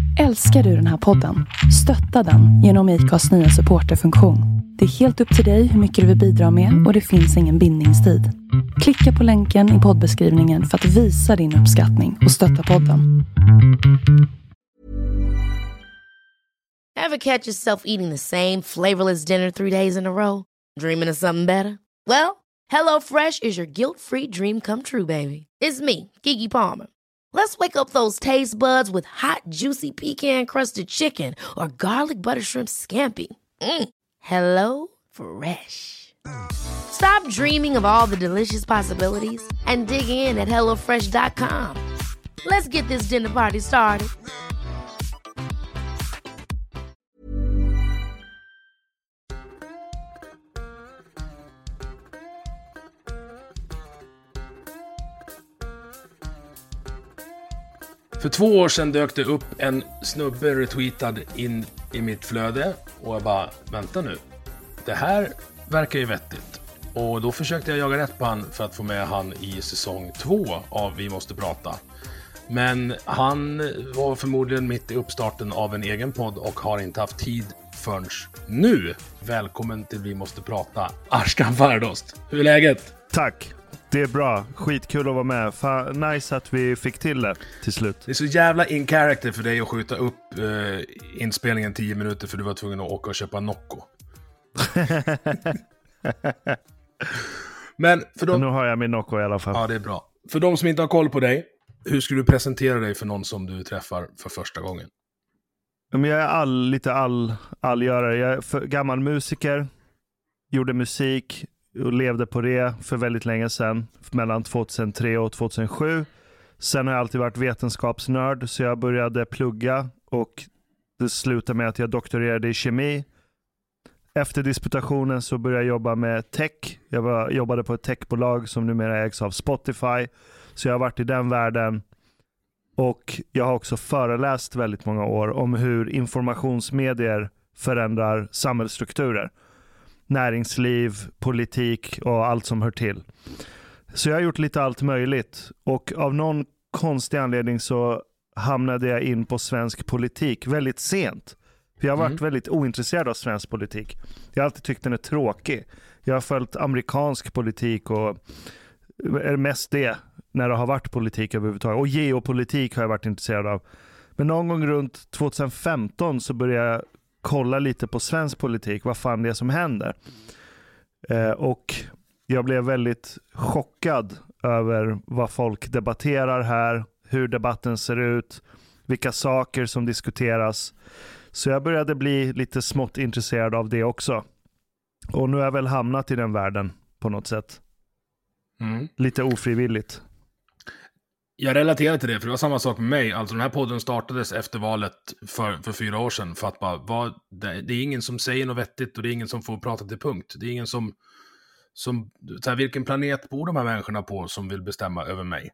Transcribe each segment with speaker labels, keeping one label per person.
Speaker 1: Älskar du den här podden? Stötta den genom IKAs nya supporterfunktion. Det är helt upp till dig hur mycket du vill bidra med och det finns ingen bindningstid. Klicka på länken i poddbeskrivningen för att visa din uppskattning och stötta podden.
Speaker 2: Ever catch yourself eating the same flavorless dinner 3 days in a row? Dreaming of something better? Well, HelloFresh is your guilt-free dream come true, baby. It's me, Keke Palmer. Let's wake up those taste buds with hot, juicy pecan-crusted chicken or garlic butter shrimp scampi. Hello Fresh. Stop dreaming of all the delicious possibilities and dig in at HelloFresh.com. Let's get this dinner party started.
Speaker 3: För 2 år sedan dök det upp en snubbe retweetad in i mitt flöde och jag bara, vänta nu. Det här verkar ju vettigt. Och då försökte jag jaga rätt på han för att få med han i säsong 2 av Vi måste prata. Men han var förmodligen mitt i uppstarten av en egen podd och har inte haft tid förrän nu. Välkommen till Vi måste prata, Ashkan Fardost. Hur är läget?
Speaker 4: Tack. Det är bra. Skitkul att vara med. Nice att vi fick till det till slut.
Speaker 3: Det är så jävla in character för dig att skjuta upp inspelningen 10 minuter för du var tvungen att åka och köpa Nocco. Men för de...
Speaker 4: Nu har jag min Nocco i alla fall.
Speaker 3: Ja, det är bra. För de som inte har koll på dig, hur skulle du presentera dig för någon som du träffar för första gången?
Speaker 4: Jag är lite allgörare. Jag är gammal musiker. Gjorde musik och levde på det för väldigt länge sedan, mellan 2003 och 2007. Sen har jag alltid varit vetenskapsnörd, så jag började plugga och det slutade med att jag doktorerade i kemi. Efter disputationen så började jag jobba med tech. Jag jobbade på ett techbolag som numera ägs av Spotify, så jag har varit i den världen. Och jag har också föreläst väldigt många år om hur informationsmedier förändrar samhällsstrukturer. Näringsliv, politik och allt som hör till. Så jag har gjort lite allt möjligt. Och av någon konstig anledning så hamnade jag in på svensk politik väldigt sent. För jag har varit väldigt ointresserad av svensk politik. Jag har alltid tyckt den är tråkig. Jag har följt amerikansk politik och är mest det när det har varit politik överhuvudtaget. Och geopolitik har jag varit intresserad av. Men någon gång runt 2015 så började jag kolla lite på svensk politik, vad fan det är som händer. Och jag blev väldigt chockad över vad folk debatterar här, hur debatten ser ut, vilka saker som diskuteras. Så jag började bli lite smått intresserad av det också. Och nu har jag väl hamnat i den världen på något sätt. Lite ofrivilligt.
Speaker 3: Jag relaterar till det, för det var samma sak med mig. Alltså den här podden startades efter valet för 4 år sedan. För att bara, det är ingen som säger något vettigt och det är ingen som får prata till punkt. Det är ingen som så här, vilken planet bor de här människorna på som vill bestämma över mig?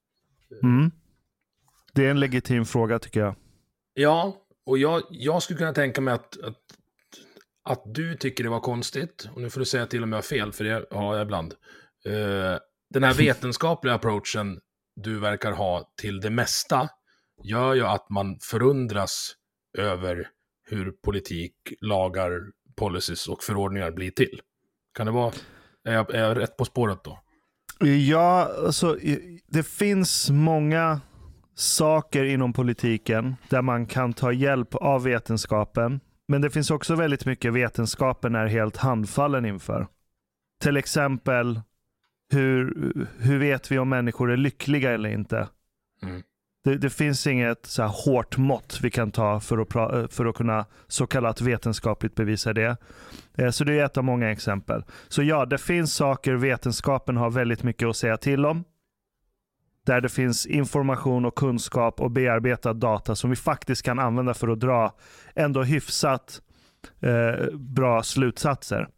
Speaker 4: Det är en legitim fråga tycker jag. Ja,
Speaker 3: och jag skulle kunna tänka mig att du tycker det var konstigt. Och nu får du säga till om jag har fel, för det har jag ibland. Den här vetenskapliga approachen du verkar ha till det mesta gör ju att man förundras över hur politik, lagar, policies och förordningar blir till. Kan det vara, är jag rätt på spåret då?
Speaker 4: Ja, alltså det finns många saker inom politiken där man kan ta hjälp av vetenskapen, men det finns också väldigt mycket vetenskapen är helt handfallen inför. Till exempel hur vet vi om människor är lyckliga eller inte? Det finns inget så här hårt mått vi kan ta för att kunna så kallat vetenskapligt bevisa det. Så det är ett av många exempel. Så ja, det finns saker vetenskapen har väldigt mycket att säga till om. Där det finns information och kunskap och bearbetad data som vi faktiskt kan använda för att dra ändå hyfsat bra slutsatser.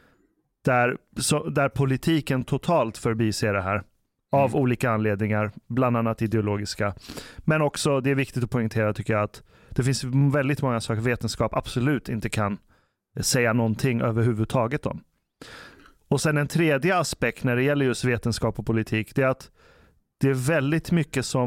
Speaker 4: Där politiken totalt förbiser det här. Av olika anledningar, bland annat ideologiska. Men också, det är viktigt att poängtera tycker jag, att det finns väldigt många saker vetenskap absolut inte kan säga någonting överhuvudtaget om. Och sen en tredje aspekt när det gäller just vetenskap och politik, det är att det är väldigt mycket som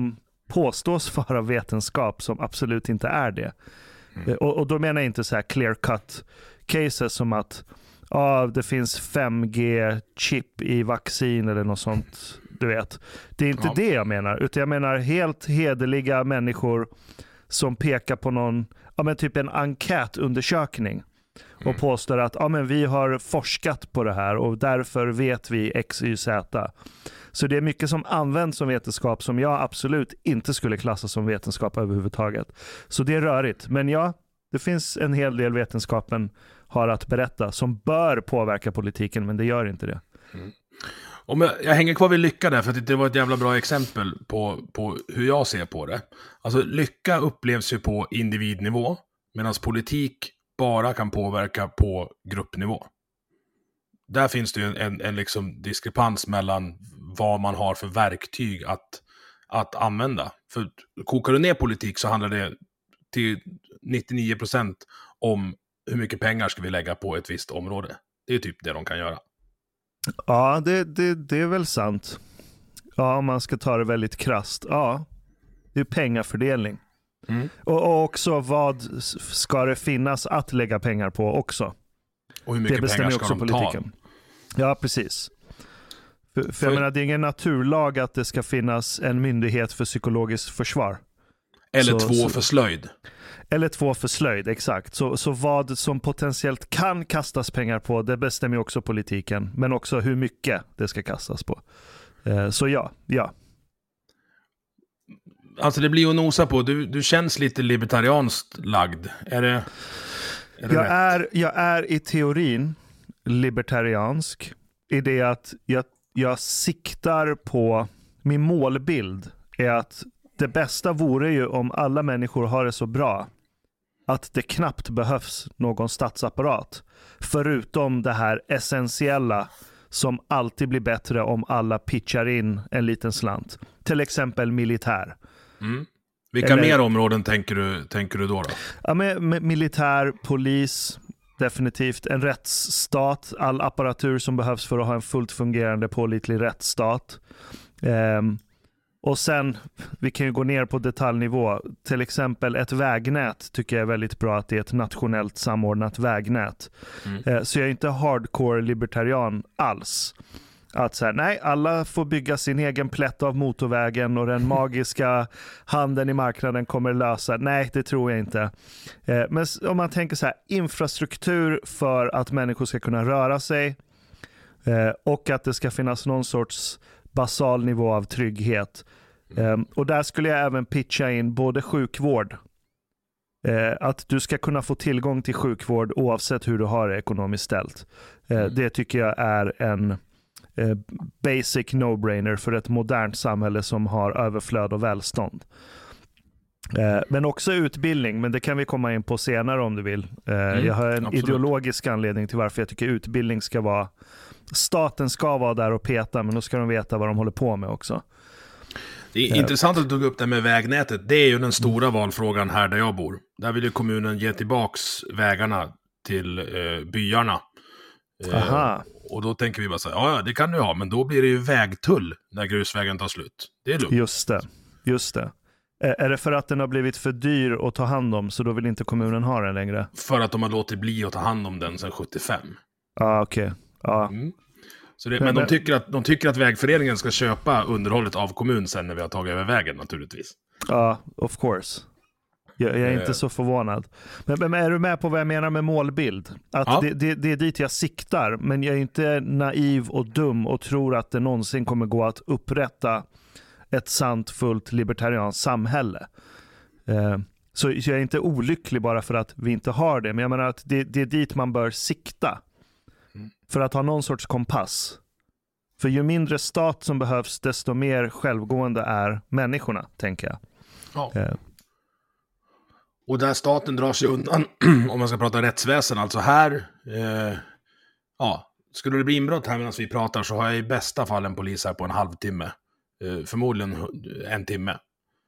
Speaker 4: påstås vara vetenskap som absolut inte är det. Och då menar jag inte så här clear cut cases som att det finns 5G-chip i vaccin eller något sånt, du vet. Det är inte det jag menar, utan jag menar helt hederliga människor som pekar på någon, typ en enkätundersökning och påstår att men vi har forskat på det här och därför vet vi X, Y, Z. Så det är mycket som används som vetenskap som jag absolut inte skulle klassa som vetenskap överhuvudtaget. Så det är rörigt. Men ja, det finns en hel del vetenskapen har att berätta som bör påverka politiken, men det gör inte det.
Speaker 3: Om jag hänger kvar vid lycka där, för att det var ett jävla bra exempel på hur jag ser på det. Alltså lycka upplevs ju på individnivå, medan politik bara kan påverka på gruppnivå. Där finns det ju en liksom diskrepans mellan vad man har för verktyg att använda. För kokar du ner politik så handlar det till 99% om hur mycket pengar ska vi lägga på ett visst område. Det är typ det de kan göra.
Speaker 4: Ja, det är väl sant. Ja, om man ska ta det väldigt krasst. Ja, det är pengafördelning. Och också vad ska det finnas att lägga pengar på också.
Speaker 3: Och hur mycket pengar ska de politiken
Speaker 4: ta? Ja, precis. För jag menar, det är ingen naturlag att det ska finnas en myndighet för psykologiskt försvar.
Speaker 3: Eller två för slöjd.
Speaker 4: Eller 2 för slöjd, exakt. Så vad som potentiellt kan kastas pengar på, det bestämmer ju också politiken. Men också hur mycket det ska kastas på. Så ja.
Speaker 3: Alltså det blir ju att nosa på. Du känns lite libertarianskt lagd. Är det
Speaker 4: jag är i teorin libertariansk. I det att jag siktar på, min målbild är att det bästa vore ju om alla människor har det så bra att det knappt behövs någon statsapparat. Förutom det här essentiella som alltid blir bättre om alla pitchar in en liten slant. Till exempel militär.
Speaker 3: Vilka mer områden tänker du då?
Speaker 4: Ja, med militär, polis, definitivt. En rättsstat, all apparatur som behövs för att ha en fullt fungerande pålitlig rättsstat. Och sen, vi kan ju gå ner på detaljnivå. Till exempel ett vägnät tycker jag är väldigt bra att det är ett nationellt samordnat vägnät. Så jag är inte hardcore libertarian alls. Att så här, nej, alla får bygga sin egen plätt av motorvägen och den magiska handen i marknaden kommer lösa. Nej, det tror jag inte. Men om man tänker så här, infrastruktur för att människor ska kunna röra sig och att det ska finnas någon sorts basal nivå av trygghet. Och där skulle jag även pitcha in både sjukvård. Att du ska kunna få tillgång till sjukvård oavsett hur du har det ekonomiskt ställt. Det tycker jag är en basic no-brainer för ett modernt samhälle som har överflöd och välstånd. Men också utbildning, men det kan vi komma in på senare om du vill. Jag har en ideologisk anledning till varför jag tycker utbildning ska vara, staten ska vara där och peta, men då ska de veta vad de håller på med också.
Speaker 3: Det är intressant att du tog upp det med vägnätet. Det är ju den stora valfrågan här där jag bor. Där vill ju kommunen ge tillbaks vägarna till byarna.
Speaker 4: Aha.
Speaker 3: Och då tänker vi bara så här, ja det kan du ha, men då blir det ju vägtull när grusvägen tar slut. Det är lugnt. Just det. Är det för att den har blivit för dyr att ta hand om så då vill inte kommunen ha den längre? För att de har låtit bli att ta hand om den sedan 75.
Speaker 4: Okej. Ja.
Speaker 3: Så men de tycker att vägföreningen ska köpa underhållet av kommun sen när vi har tagit över vägen naturligtvis.
Speaker 4: Ja, of course. Jag är inte så förvånad. Men är du med på vad jag menar med målbild? Att det är dit jag siktar, men jag är inte naiv och dum och tror att det någonsin kommer gå att upprätta ett sant, fullt libertarianskt samhälle. Så jag är inte olycklig bara för att vi inte har det, men jag menar att det är dit man bör sikta. För att ha någon sorts kompass. För ju mindre stat som behövs, desto mer självgående är människorna, tänker jag.
Speaker 3: Ja. Och där staten drar sig undan, om man ska prata rättsväsen, alltså här, skulle det bli inbrott här medan vi pratar så har jag i bästa fall en polis här på en halvtimme. Förmodligen 1 timme.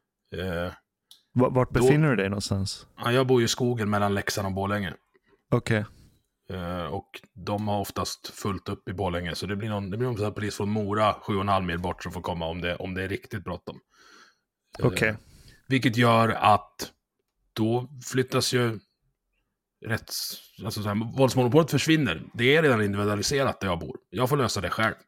Speaker 4: Vart befinner du dig någonstans?
Speaker 3: Ja, jag bor i skogen mellan Leksand och Borlänge.
Speaker 4: Okej.
Speaker 3: Och de har oftast fullt upp i Borlänge, så det blir någon polis från Mora 7,5 mil bort som får komma om det är riktigt bråttom.
Speaker 4: Okej.
Speaker 3: Vilket gör att då flyttas ju alltså så här, våldsmonopolet försvinner. Det är redan individualiserat där jag bor. Jag får lösa det själv.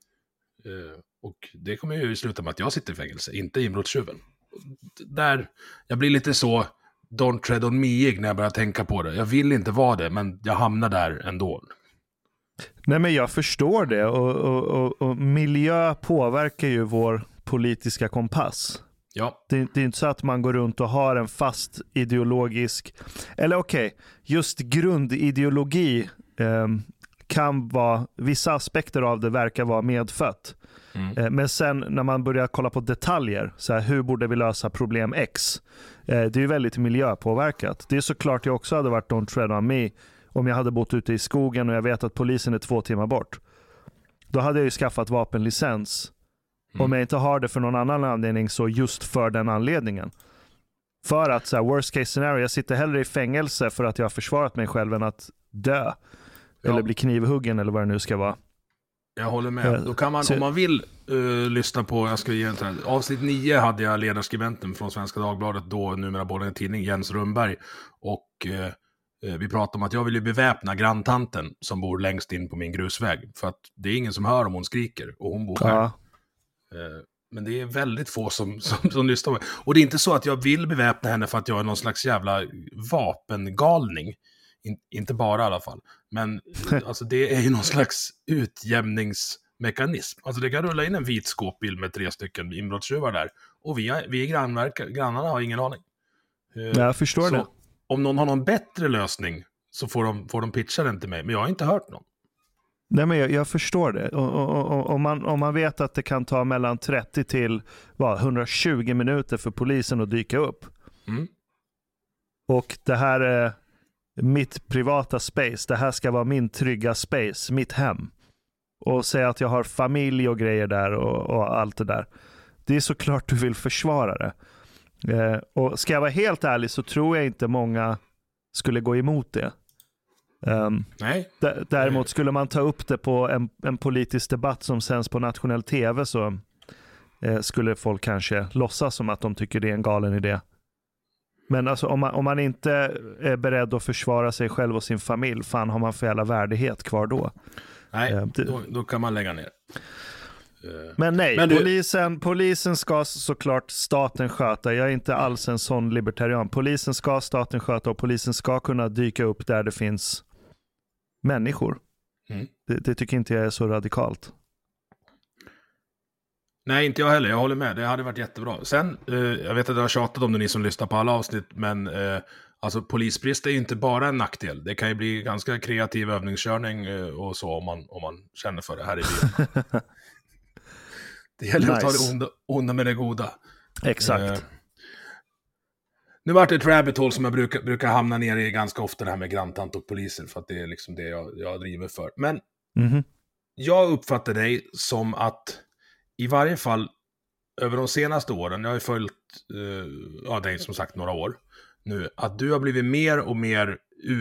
Speaker 3: Och det kommer ju sluta med att jag sitter i fängelse, inte inbrottstjuven. Där jag blir lite så don't tread on me när jag börjar tänka på det. Jag vill inte vara det, men jag hamnar där ändå.
Speaker 4: Nej, men jag förstår det. Och miljö påverkar ju vår politiska kompass.
Speaker 3: Ja.
Speaker 4: Det är inte så att man går runt och har en fast ideologisk... Eller just grundideologi kan vara... Vissa aspekter av det verkar vara medfött. Men sen när man börjar kolla på detaljer, så här, hur borde vi lösa problem X? Det är ju väldigt miljöpåverkat. Det är såklart jag också hade varit don't tread on me om jag hade bott ute i skogen och jag vet att polisen är 2 timmar bort. Då hade jag ju skaffat vapenlicens. Om jag inte har det för någon annan anledning, så just för den anledningen. För att så här, worst case scenario, jag sitter hellre i fängelse för att jag har försvarat mig själv än att dö. Eller bli knivhuggen eller vad det nu ska vara.
Speaker 3: Jag håller med. Då kan man, om man vill lyssna på, jag ska ge en avsnitt 9 hade jag ledarskribenten från Svenska Dagbladet, då numera både en tidning, Jens Rundberg. Och vi pratade om att jag vill ju beväpna granntanten som bor längst in på min grusväg. För att det är ingen som hör om hon skriker och hon bor själv. Men det är väldigt få som lyssnar på. Och det är inte så att jag vill beväpna henne för att jag är någon slags jävla vapengalning. Inte bara i alla fall. Men alltså, det är ju någon slags utjämningsmekanism. Alltså det kan rulla in en vit skåpbil med 3 stycken inbrottstjuvar där. Och vi är grannarna har ingen aning.
Speaker 4: Jag förstår det.
Speaker 3: Om någon har någon bättre lösning så får de pitcha den till mig. Men jag har inte hört någon.
Speaker 4: Nej, men jag förstår det. Om man vet att det kan ta mellan 30 till 120 minuter för polisen att dyka upp. Och det här är mitt privata space. Det här ska vara min trygga space, mitt hem. Och säga att jag har familj och grejer där och allt det där. Det är såklart du vill försvara det. Och ska jag vara helt ärlig så tror jag inte många skulle gå emot det.
Speaker 3: Nej.
Speaker 4: Däremot skulle man ta upp det på en politisk debatt som sänds på nationell tv, så skulle folk kanske låtsas som att de tycker det är en galen idé. Men alltså, om man inte är beredd att försvara sig själv och sin familj, fan har man för jävla värdighet kvar då?
Speaker 3: Nej, då kan man lägga ner.
Speaker 4: Men nej, polisen ska såklart staten sköta. Jag är inte alls en sån libertarian. Polisen ska staten sköta och polisen ska kunna dyka upp där det finns människor. Det tycker inte jag är så radikalt.
Speaker 3: Nej, inte jag heller. Jag håller med. Det hade varit jättebra. Sen, jag vet att jag har tjatat om det, ni som lyssnar på alla avsnitt, men alltså polisbrist är ju inte bara en nackdel. Det kan ju bli ganska kreativ övningskörning och så om man känner för det här i bilen. Det gäller att ta det onda med det goda.
Speaker 4: Exakt.
Speaker 3: Nu var det ett rabbit hole som jag brukar hamna ner i ganska ofta, det här med granntant och poliser, för att det är liksom det jag driver för. Men jag uppfattar dig som att i varje fall över de senaste åren, jag har ju följt dig som sagt några år nu, att du har blivit mer och mer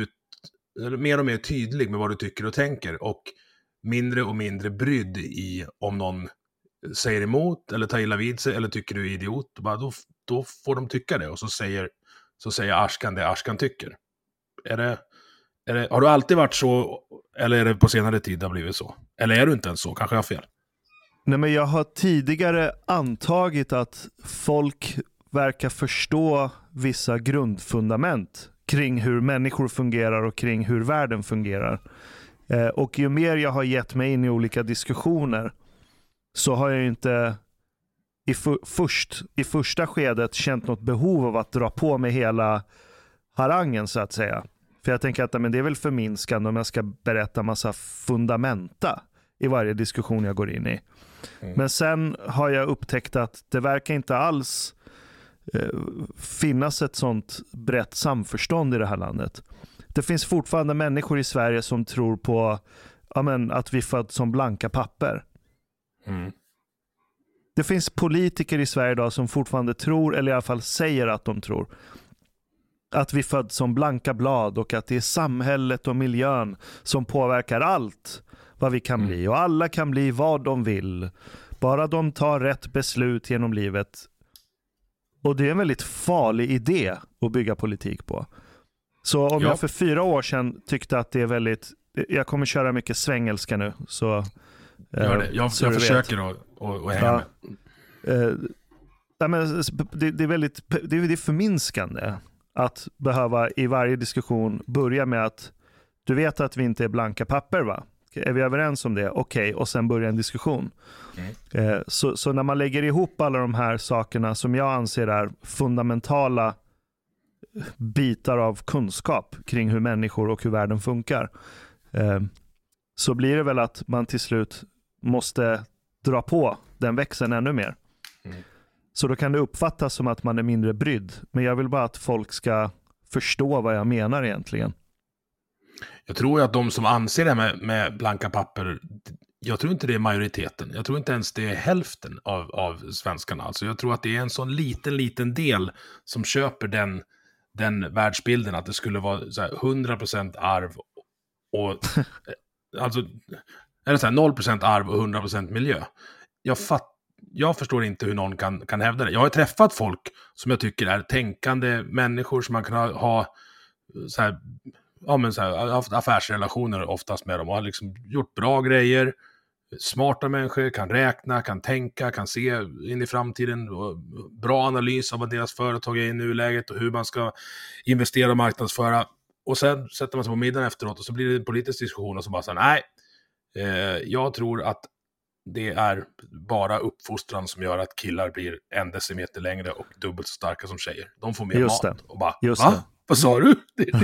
Speaker 3: tydlig med vad du tycker och tänker, och mindre brydd i om någon säger emot eller tar illa vid sig eller tycker du är idiot. Då får de tycka det, och så säger Ashkan det Ashkan tycker. Har du alltid varit så, eller är det på senare tid det har blivit så? Eller är du inte ens så? Kanske jag har fel.
Speaker 4: Nej, men jag har tidigare antagit att folk verkar förstå vissa grundfundament kring hur människor fungerar och kring hur världen fungerar. Och ju mer jag har gett mig in i olika diskussioner, så har jag inte i första skedet känt något behov av att dra på mig hela harangen, så att säga. För jag tänker att det är väl förminskande om jag ska berätta massa fundamenta i varje diskussion jag går in i. Men sen har jag upptäckt att det verkar inte alls finnas ett sånt brett samförstånd i det här landet. Det finns fortfarande människor i Sverige som tror på att vi föds som blanka papper. Det finns politiker i Sverige idag som fortfarande tror, eller i alla fall säger att de tror, att vi föds som blanka blad och att det är samhället och miljön som påverkar allt vad vi kan bli. Och alla kan bli vad de vill. Bara de tar rätt beslut genom livet. Och det är en väldigt farlig idé att bygga politik på. Så om jag för 4 år sedan tyckte att det är väldigt... Jag kommer köra mycket svengelska nu. Så,
Speaker 3: gör det. Jag försöker att hänga med.
Speaker 4: Det är väldigt det är förminskande att behöva i varje diskussion börja med att du vet att vi inte är blanka papper, va? Är vi överens om det? Okej, och sen börja en diskussion. Så när man lägger ihop alla de här sakerna som jag anser är fundamentala bitar av kunskap kring hur människor och hur världen funkar, så blir det väl att man till slut måste dra på den växeln ännu mer. Så då kan det uppfattas som att man är mindre brydd. Men jag vill bara att folk ska förstå vad jag menar egentligen.
Speaker 3: Jag tror att de som anser det med blanka papper, jag tror inte det är majoriteten. Jag tror inte ens det är hälften av svenskarna. Alltså jag tror att det är en sån liten del som köper den världsbilden att det skulle vara så här 100% arv och alltså eller så här 0% arv och 100% miljö. Jag förstår inte hur någon kan hävda det. Jag har träffat folk som jag tycker är tänkande människor som man kan ha så här, haft affärsrelationer oftast med dem och har liksom gjort bra grejer. Smarta människor, kan räkna, kan tänka, kan se in i framtiden och bra analys av vad deras företag är i nuläget och hur man ska investera och marknadsföra. Och sen sätter man sig på middagen efteråt och så blir det en politisk diskussion och så bara så här, nej, jag tror att det är bara uppfostran som gör att killar blir 1 decimeter längre och dubbelt så starka som tjejer. De får mer
Speaker 4: just
Speaker 3: mat.
Speaker 4: Det.
Speaker 3: Och bara,
Speaker 4: just
Speaker 3: va?
Speaker 4: Det.
Speaker 3: Vad sa du?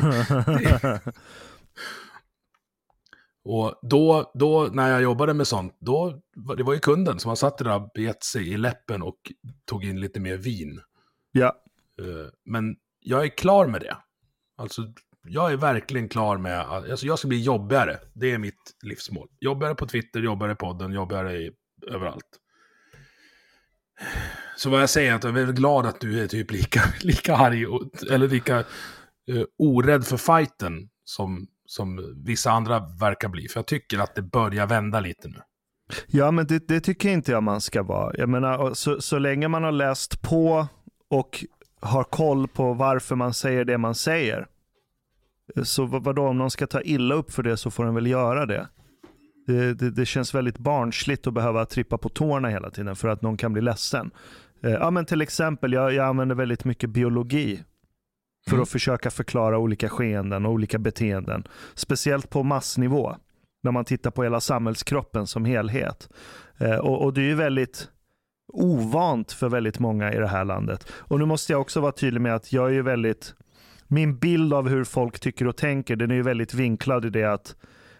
Speaker 3: Och då när jag jobbade med sånt, det var ju kunden som har satt det där, bet sig i läppen och tog in lite mer vin.
Speaker 4: Ja.
Speaker 3: Men jag är klar med det. Alltså, jag är verkligen klar med att alltså, jag ska bli jobbigare. Det är mitt livsmål. Jobbigare på Twitter, jobbigare i podden, jobbigare överallt. Så vad jag säger är att jag är väldigt glad att du är typ lika arg eller lika orädd för fighten som vissa andra verkar bli. För jag tycker att det börjar vända lite nu.
Speaker 4: Ja, men det tycker inte jag man ska vara. Jag menar, så länge man har läst på och har koll på varför man säger det man säger. Så vadå, om någon ska ta illa upp för det så får den väl göra det. Det känns väldigt barnsligt att behöva trippa på tårna hela tiden för att någon kan bli ledsen. Ja, men till exempel, jag använder väldigt mycket biologi för att försöka förklara olika skeenden och olika beteenden. Speciellt på massnivå, när man tittar på hela samhällskroppen som helhet. Och det är ju väldigt ovant för väldigt många i det här landet. Och nu måste jag också vara tydlig med att jag är ju väldigt... Min bild av hur folk tycker och tänker, den är ju väldigt vinklad i det att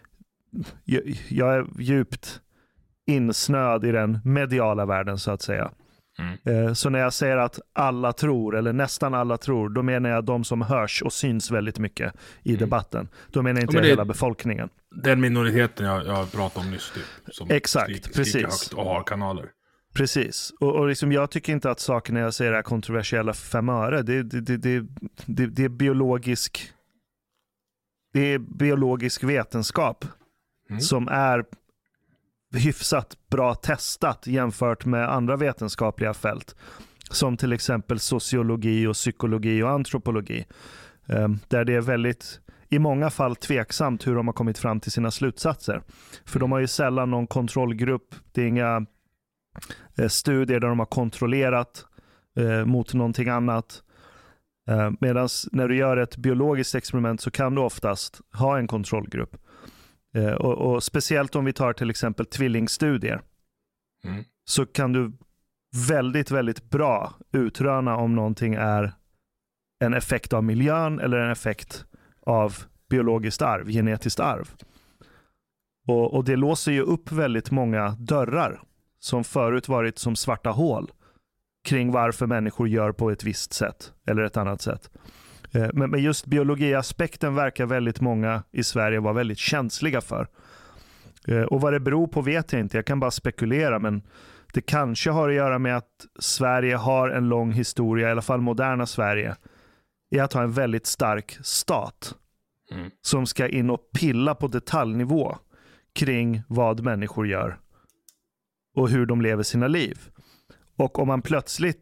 Speaker 4: jag är djupt insnöad i den mediala världen så att säga. Så när jag säger att alla tror, eller nästan alla tror, då menar jag de som hörs och syns väldigt mycket i debatten. Då menar jag inte hela befolkningen.
Speaker 3: Den minoriteten jag pratade om nyss. Som
Speaker 4: exakt, precis.
Speaker 3: Högt och har kanaler.
Speaker 4: Precis. Och liksom jag tycker inte att sakerna jag säger är kontroversiella för 5 öre. Det är biologisk... Det är biologisk vetenskap som är hyfsat bra testat jämfört med andra vetenskapliga fält. Som till exempel sociologi och psykologi och antropologi. Där det är väldigt, i många fall tveksamt hur de har kommit fram till sina slutsatser. För de har ju sällan någon kontrollgrupp. Det är inga studier där de har kontrollerat mot någonting annat. Medan när du gör ett biologiskt experiment så kan du oftast ha en kontrollgrupp. Och speciellt om vi tar till exempel tvillingstudier så kan du väldigt, väldigt bra utröna om någonting är en effekt av miljön eller en effekt av biologiskt arv, genetiskt arv. Och det låser ju upp väldigt många dörrar som förut varit som svarta hål kring varför människor gör på ett visst sätt eller ett annat sätt. Men just biologiaspekten verkar väldigt många i Sverige vara väldigt känsliga för. Och vad det beror på vet jag inte. Jag kan bara spekulera, men det kanske har att göra med att Sverige har en lång historia, i alla fall moderna Sverige, i att ha en väldigt stark stat som ska in och pilla på detaljnivå kring vad människor gör och hur de lever sina liv. Och om man plötsligt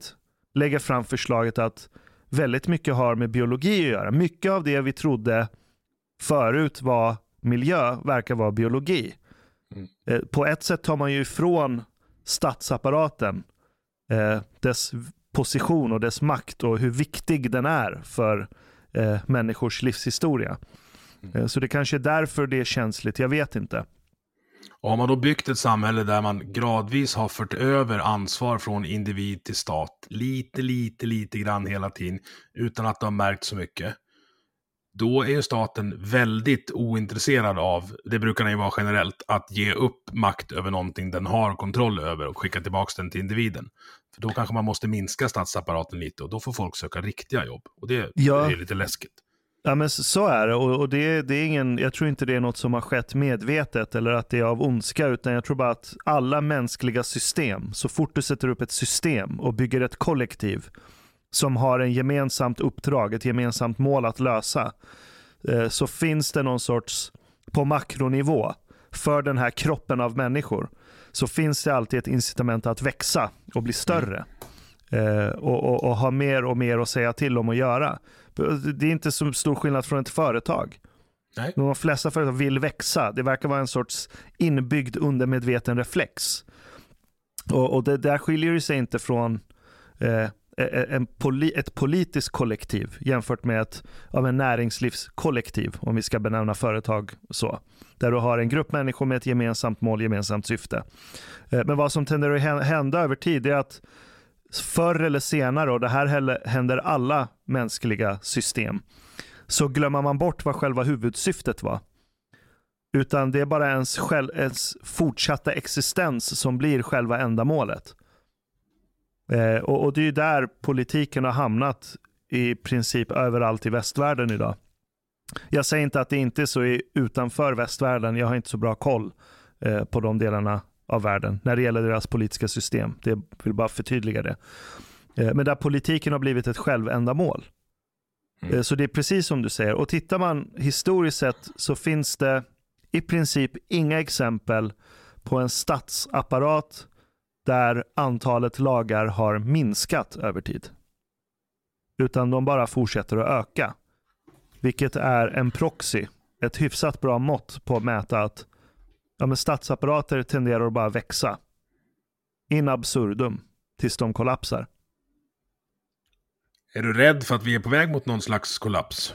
Speaker 4: lägger fram förslaget att väldigt mycket har med biologi att göra. Mycket av det vi trodde förut var miljö verkar vara biologi. På ett sätt tar man ju ifrån statsapparaten dess position och dess makt och hur viktig den är för människors livshistoria. Så det kanske är därför det är känsligt, jag vet inte.
Speaker 3: Och har man då byggt ett samhälle där man gradvis har fört över ansvar från individ till stat, lite grann hela tiden, utan att de har märkt så mycket, då är ju staten väldigt ointresserad av, det brukar den ju vara generellt, att ge upp makt över någonting den har kontroll över och skicka tillbaka den till individen. För då kanske man måste minska statsapparaten lite och då får folk söka riktiga jobb. Och det är lite läskigt.
Speaker 4: Ja, men så är det. Och det är ingen, jag tror inte det är något som har skett medvetet eller att det är av ondska, utan jag tror bara att alla mänskliga system, så fort du sätter upp ett system och bygger ett kollektiv som har en gemensamt uppdrag, ett gemensamt mål att lösa, så finns det någon sorts, på makronivå, för den här kroppen av människor, så finns det alltid ett incitament att växa och bli större. Och ha mer och mer att säga till om att göra. Det är inte så stor skillnad från ett företag.
Speaker 3: Nej.
Speaker 4: De flesta företag vill växa. Det verkar vara en sorts inbyggd undermedveten reflex. Och det där skiljer sig inte från ett politiskt kollektiv jämfört med en näringslivskollektiv, om vi ska benämna företag så. Där du har en grupp människor med ett gemensamt mål, gemensamt syfte. Men vad som tenderar att hända över tid är att förr eller senare, och det här händer alla mänskliga system, så glömmer man bort vad själva huvudsyftet var. Utan det är bara ens fortsatta existens som blir själva ändamålet. Och det är ju där politiken har hamnat i princip överallt i västvärlden idag. Jag säger inte att det inte är så utanför västvärlden. Jag har inte så bra koll på de delarna av världen när det gäller deras politiska system. Det vill bara förtydliga det. Men där politiken har blivit ett självändamål. Så det är precis som du säger. Och tittar man historiskt sett så finns det i princip inga exempel på en statsapparat där antalet lagar har minskat över tid. Utan de bara fortsätter att öka. Vilket är en proxy. Ett hyfsat bra mått på att mäta att statsapparater tenderar att bara växa. In absurdum. Tills de kollapsar.
Speaker 3: Är du rädd för att vi är på väg mot någon slags kollaps?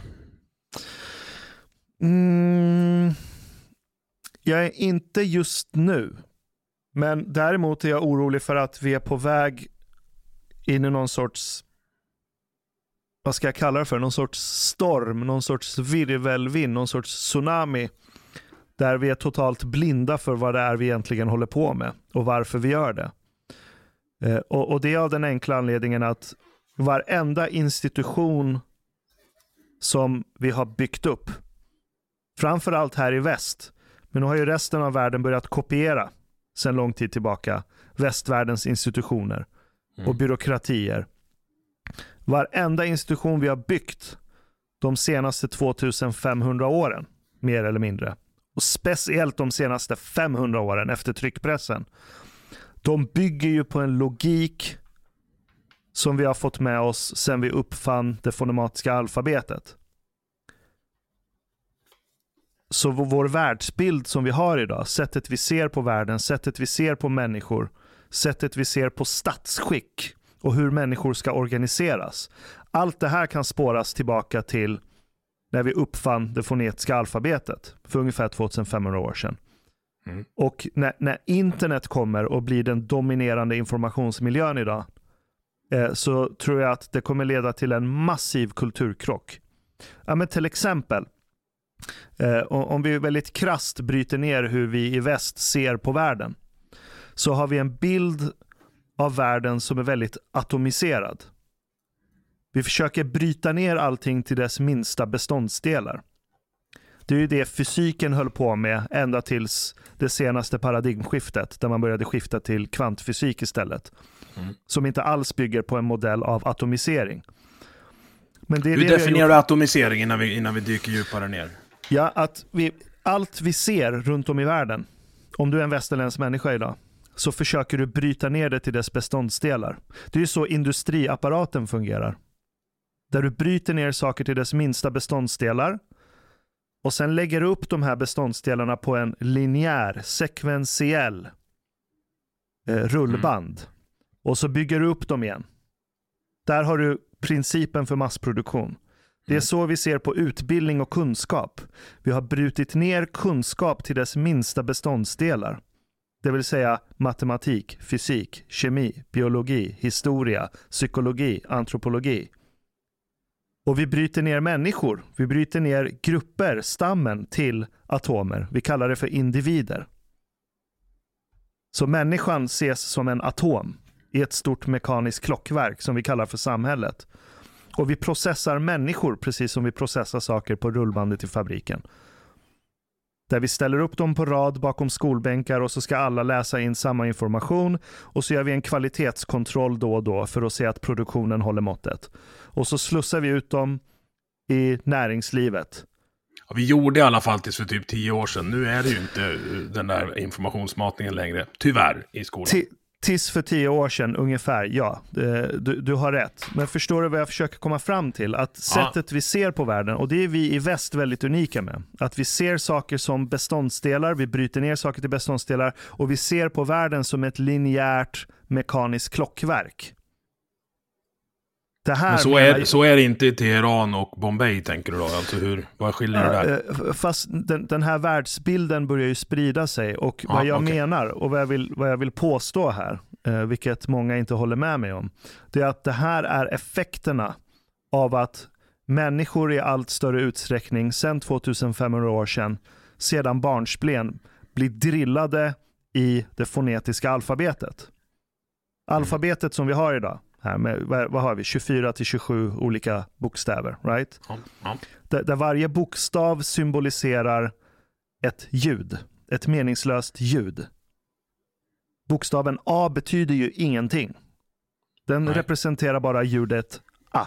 Speaker 4: Jag är inte just nu. Men däremot är jag orolig för att vi är på väg in i någon sorts, vad ska jag kalla det för? Någon sorts storm, någon sorts virvelvind, någon sorts tsunami. Där vi är totalt blinda för vad det är vi egentligen håller på med och varför vi gör det. Och det är av den enkla anledningen att varenda institution som vi har byggt upp, framförallt här i väst, men nu har ju resten av världen börjat kopiera sedan lång tid tillbaka västvärldens institutioner och byråkratier. Varenda institution vi har byggt de senaste 2500 åren, mer eller mindre, och speciellt de senaste 500 åren efter tryckpressen, de bygger ju på en logik som vi har fått med oss sedan vi uppfann det fonematiska alfabetet. Så vår världsbild som vi har idag, sättet vi ser på världen, sättet vi ser på människor, sättet vi ser på statsskick och hur människor ska organiseras. Allt det här kan spåras tillbaka till när vi uppfann det fonetiska alfabetet för ungefär 2500 år sedan. Och när internet kommer och blir den dominerande informationsmiljön idag, så tror jag att det kommer leda till en massiv kulturkrock. Ja, men till exempel, om vi väldigt krasst bryter ner hur vi i väst ser på världen, så har vi en bild av världen som är väldigt atomiserad. Vi försöker bryta ner allting till dess minsta beståndsdelar. Det är ju det fysiken höll på med ända tills det senaste paradigmskiftet, där man började skifta till kvantfysik istället. Som inte alls bygger på en modell av atomisering. Men det är
Speaker 3: Hur definierar du atomisering innan vi dyker djupare ner?
Speaker 4: Ja, att allt vi ser runt om i världen, om du är en västerländsk människa idag, så försöker du bryta ner det till dess beståndsdelar. Det är ju så industriapparaten fungerar. Där du bryter ner saker till dess minsta beståndsdelar och sen lägger du upp de här beståndsdelarna på en linjär, sekventiell rullband. Och så bygger du upp dem igen. Där har du principen för massproduktion. Det är så vi ser på utbildning och kunskap. Vi har brutit ner kunskap till dess minsta beståndsdelar. Det vill säga matematik, fysik, kemi, biologi, historia, psykologi, antropologi. Och vi bryter ner människor. Vi bryter ner grupper, stammen till atomer. Vi kallar det för individer. Så människan ses som en atom i ett stort mekaniskt klockverk som vi kallar för samhället. Och vi processar människor precis som vi processar saker på rullbandet i fabriken. Där vi ställer upp dem på rad bakom skolbänkar och så ska alla läsa in samma information och så gör vi en kvalitetskontroll då och då för att se att produktionen håller måttet. Och så slussar vi ut dem i näringslivet.
Speaker 3: Ja, vi gjorde i alla fall tills för typ 10 år sedan. Nu är det ju inte den där informationsmatningen längre, tyvärr, i skolan.
Speaker 4: Tills för 10 år sedan ungefär, ja. Du har rätt. Men förstår du vad jag försöker komma fram till? Att sättet vi ser på världen, och det är vi i väst väldigt unika med. Att vi ser saker som beståndsdelar, vi bryter ner saker till beståndsdelar och vi ser på världen som ett linjärt mekaniskt klockverk. Det här
Speaker 3: så är det inte i Teheran och Bombay, tänker du då? Alltså vad skiljer det där?
Speaker 4: Fast den här världsbilden börjar ju sprida sig och vad jag menar och vad jag vill påstå här, vilket många inte håller med mig om, det är att det här är effekterna av att människor i allt större utsträckning sedan 2500 år sedan barnsben blir drillade i det fonetiska alfabetet. Alfabetet som vi har idag här med, vad har vi? 24 till 27 olika bokstäver, right?
Speaker 3: Ja.
Speaker 4: Där varje bokstav symboliserar ett ljud, ett meningslöst ljud. Bokstaven A betyder ju ingenting. Den representerar bara ljudet A.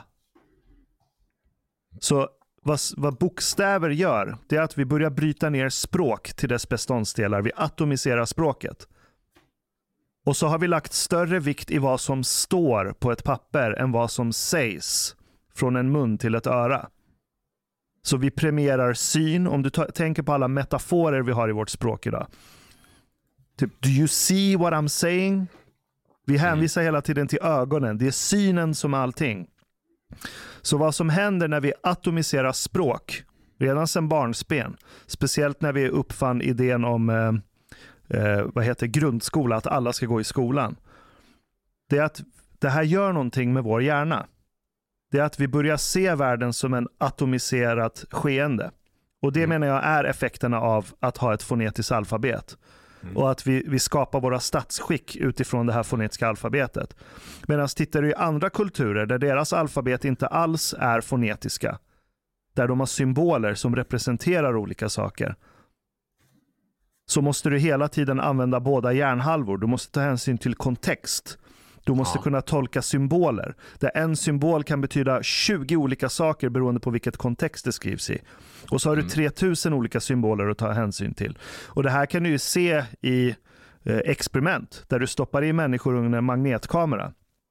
Speaker 4: Så vad bokstäver gör, det är att vi börjar bryta ner språk till dess beståndsdelar. Vi atomiserar språket. Och så har vi lagt större vikt i vad som står på ett papper än vad som sägs från en mun till ett öra. Så vi premierar syn. Om du tänker på alla metaforer vi har i vårt språk idag. Typ, do you see what I'm saying? Vi hänvisar hela tiden till ögonen. Det är synen som allting. Så vad som händer när vi atomiserar språk, redan sedan barnsben, speciellt när vi uppfann idén om grundskola, att alla ska gå i skolan. Det är att det här gör någonting med vår hjärna. Det är att vi börjar se världen som en atomiserat skeende. Och det menar jag är effekterna av att ha ett fonetiskt alfabet. Och att vi skapar våra statsskick utifrån det här fonetiska alfabetet. Medan tittar du i andra kulturer där deras alfabet inte alls är fonetiska, där de har symboler som representerar olika saker, så måste du hela tiden använda båda hjärnhalvor. Du måste ta hänsyn till kontext. Du måste kunna tolka symboler. Där en symbol kan betyda 20 olika saker beroende på vilket kontext det skrivs i. Och så har du 3000 olika symboler att ta hänsyn till. Och det här kan du ju se i experiment där du stoppar i människor under en magnetkamera.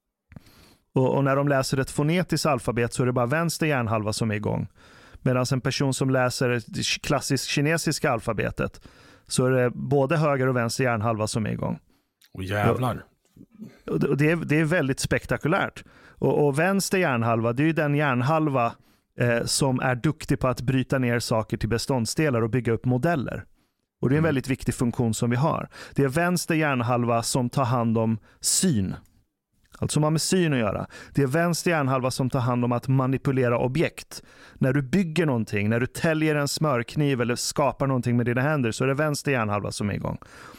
Speaker 4: Och när de läser ett fonetiskt alfabet så är det bara vänster hjärnhalva som är igång. Medan en person som läser det klassiskt kinesiska alfabetet så är det både höger och vänster hjärnhalva som är igång.
Speaker 3: Och jävlar.
Speaker 4: Och det är väldigt spektakulärt. Och vänster hjärnhalva, det är ju den hjärnhalva som är duktig på att bryta ner saker till beståndsdelar och bygga upp modeller. Och det är en väldigt viktig funktion som vi har. Det är vänster hjärnhalva som tar hand om syn. Allt som har med syn att göra. Det är vänster hjärnhalva som tar hand om att manipulera objekt. När du bygger någonting, när du täljer en smörkniv eller skapar någonting med dina händer, så är det vänster hjärnhalva som är igång.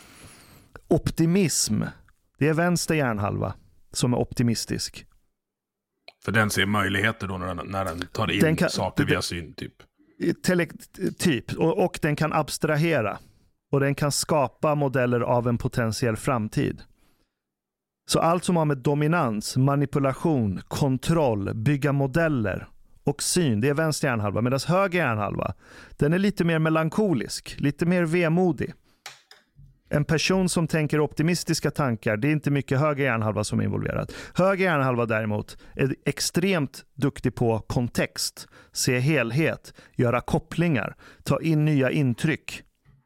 Speaker 4: Optimism, det är vänster hjärnhalva som är optimistisk.
Speaker 3: För den ser möjligheter då när den tar in saker via syn typ.
Speaker 4: Typ. Och den kan abstrahera. Och den kan skapa modeller av en potentiell framtid. Så allt som har med dominans, manipulation, kontroll, bygga modeller och syn, det är vänster hjärnhalva. Medan höger hjärnhalva, den är lite mer melankolisk, lite mer vemodig. En person som tänker optimistiska tankar, det är inte mycket höger hjärnhalva som är involverad. Höger hjärnhalva däremot är extremt duktig på kontext, se helhet, göra kopplingar, ta in nya intryck.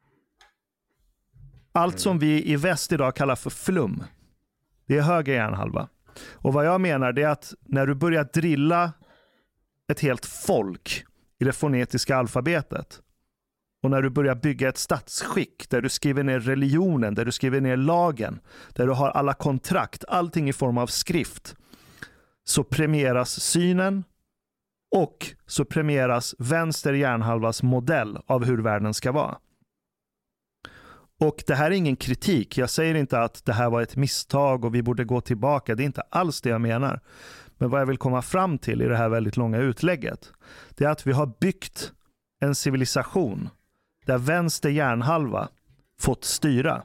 Speaker 4: Allt som vi i väst idag kallar för flum, det är höger hjärnhalva. Och vad jag menar det är att när du börjar drilla ett helt folk i det fonetiska alfabetet, och när du börjar bygga ett statsskick där du skriver ner religionen, där du skriver ner lagen, där du har alla kontrakt, allting i form av skrift, så premieras synen och så premieras vänster hjärnhalvas modell av hur världen ska vara. Och det här är ingen kritik. Jag säger inte att det här var ett misstag och vi borde gå tillbaka. Det är inte alls det jag menar. Men vad jag vill komma fram till i det här väldigt långa utlägget, det är att vi har byggt en civilisation där vänster hjärnhalva fått styra.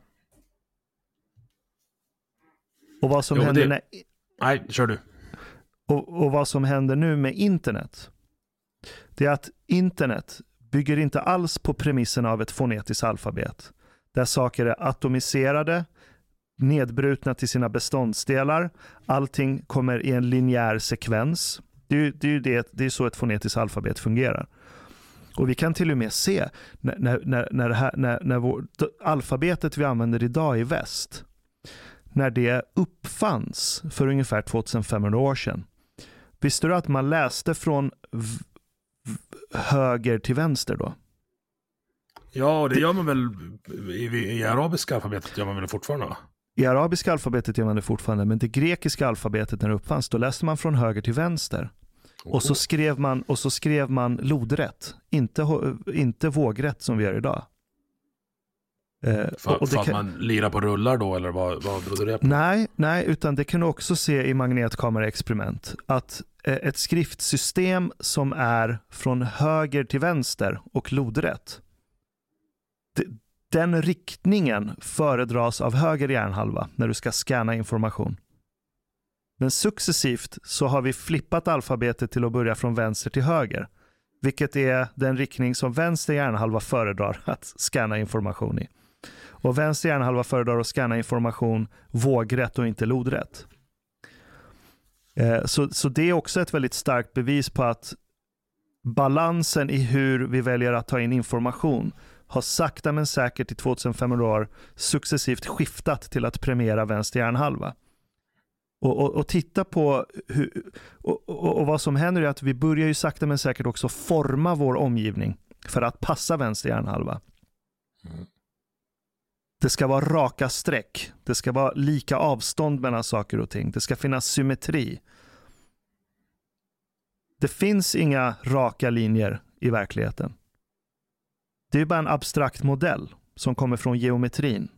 Speaker 4: Och vad som händer när...
Speaker 3: Nej, kör du.
Speaker 4: Och vad som händer nu med internet, det är att internet bygger inte alls på premissen av ett fonetiskt alfabet. Där saker är atomiserade, nedbrutna till sina beståndsdelar. Allting kommer i en linjär sekvens. Det är så ett fonetiskt alfabet fungerar. Och vi kan till och med se när alfabetet vi använder idag i väst, när det uppfanns för ungefär 2500 år sedan. Visste du att man läste från höger till vänster då?
Speaker 3: Ja, det gör man väl i arabiska alfabetet, gör man väl fortfarande, va?
Speaker 4: I arabiska alfabetet gör man det fortfarande, men det grekiska alfabetet när det uppfanns, då läste man från höger till vänster. Och så skrev man lodrätt, inte vågrätt som vi gör idag.
Speaker 3: För att man lirar på rullar då, eller vad berodde det på?
Speaker 4: Nej, utan det kan du också se i magnetkameraexperiment. Att ett skriftsystem som är från höger till vänster och lodrätt, den riktningen föredras av höger hjärnhalva när du ska scanna information. Men successivt så har vi flippat alfabetet till att börja från vänster till höger, vilket är den riktning som vänster hjärnhalva föredrar att scanna information i. Och vänster hjärnhalva föredrar att scanna information vågrätt och inte lodrätt. Så det är också ett väldigt starkt bevis på att balansen i hur vi väljer att ta in information har sakta men säkert i 2500 år successivt skiftat till att premiera vänster hjärnhalva. Och titta på och vad som händer är att vi börjar ju sakta men säkert också forma vår omgivning för att passa vänster hjärnhalva. Det ska vara raka streck. Det ska vara lika avstånd mellan saker och ting. Det ska finnas symmetri. Det finns inga raka linjer i verkligheten. Det är bara en abstrakt modell som kommer från geometrin.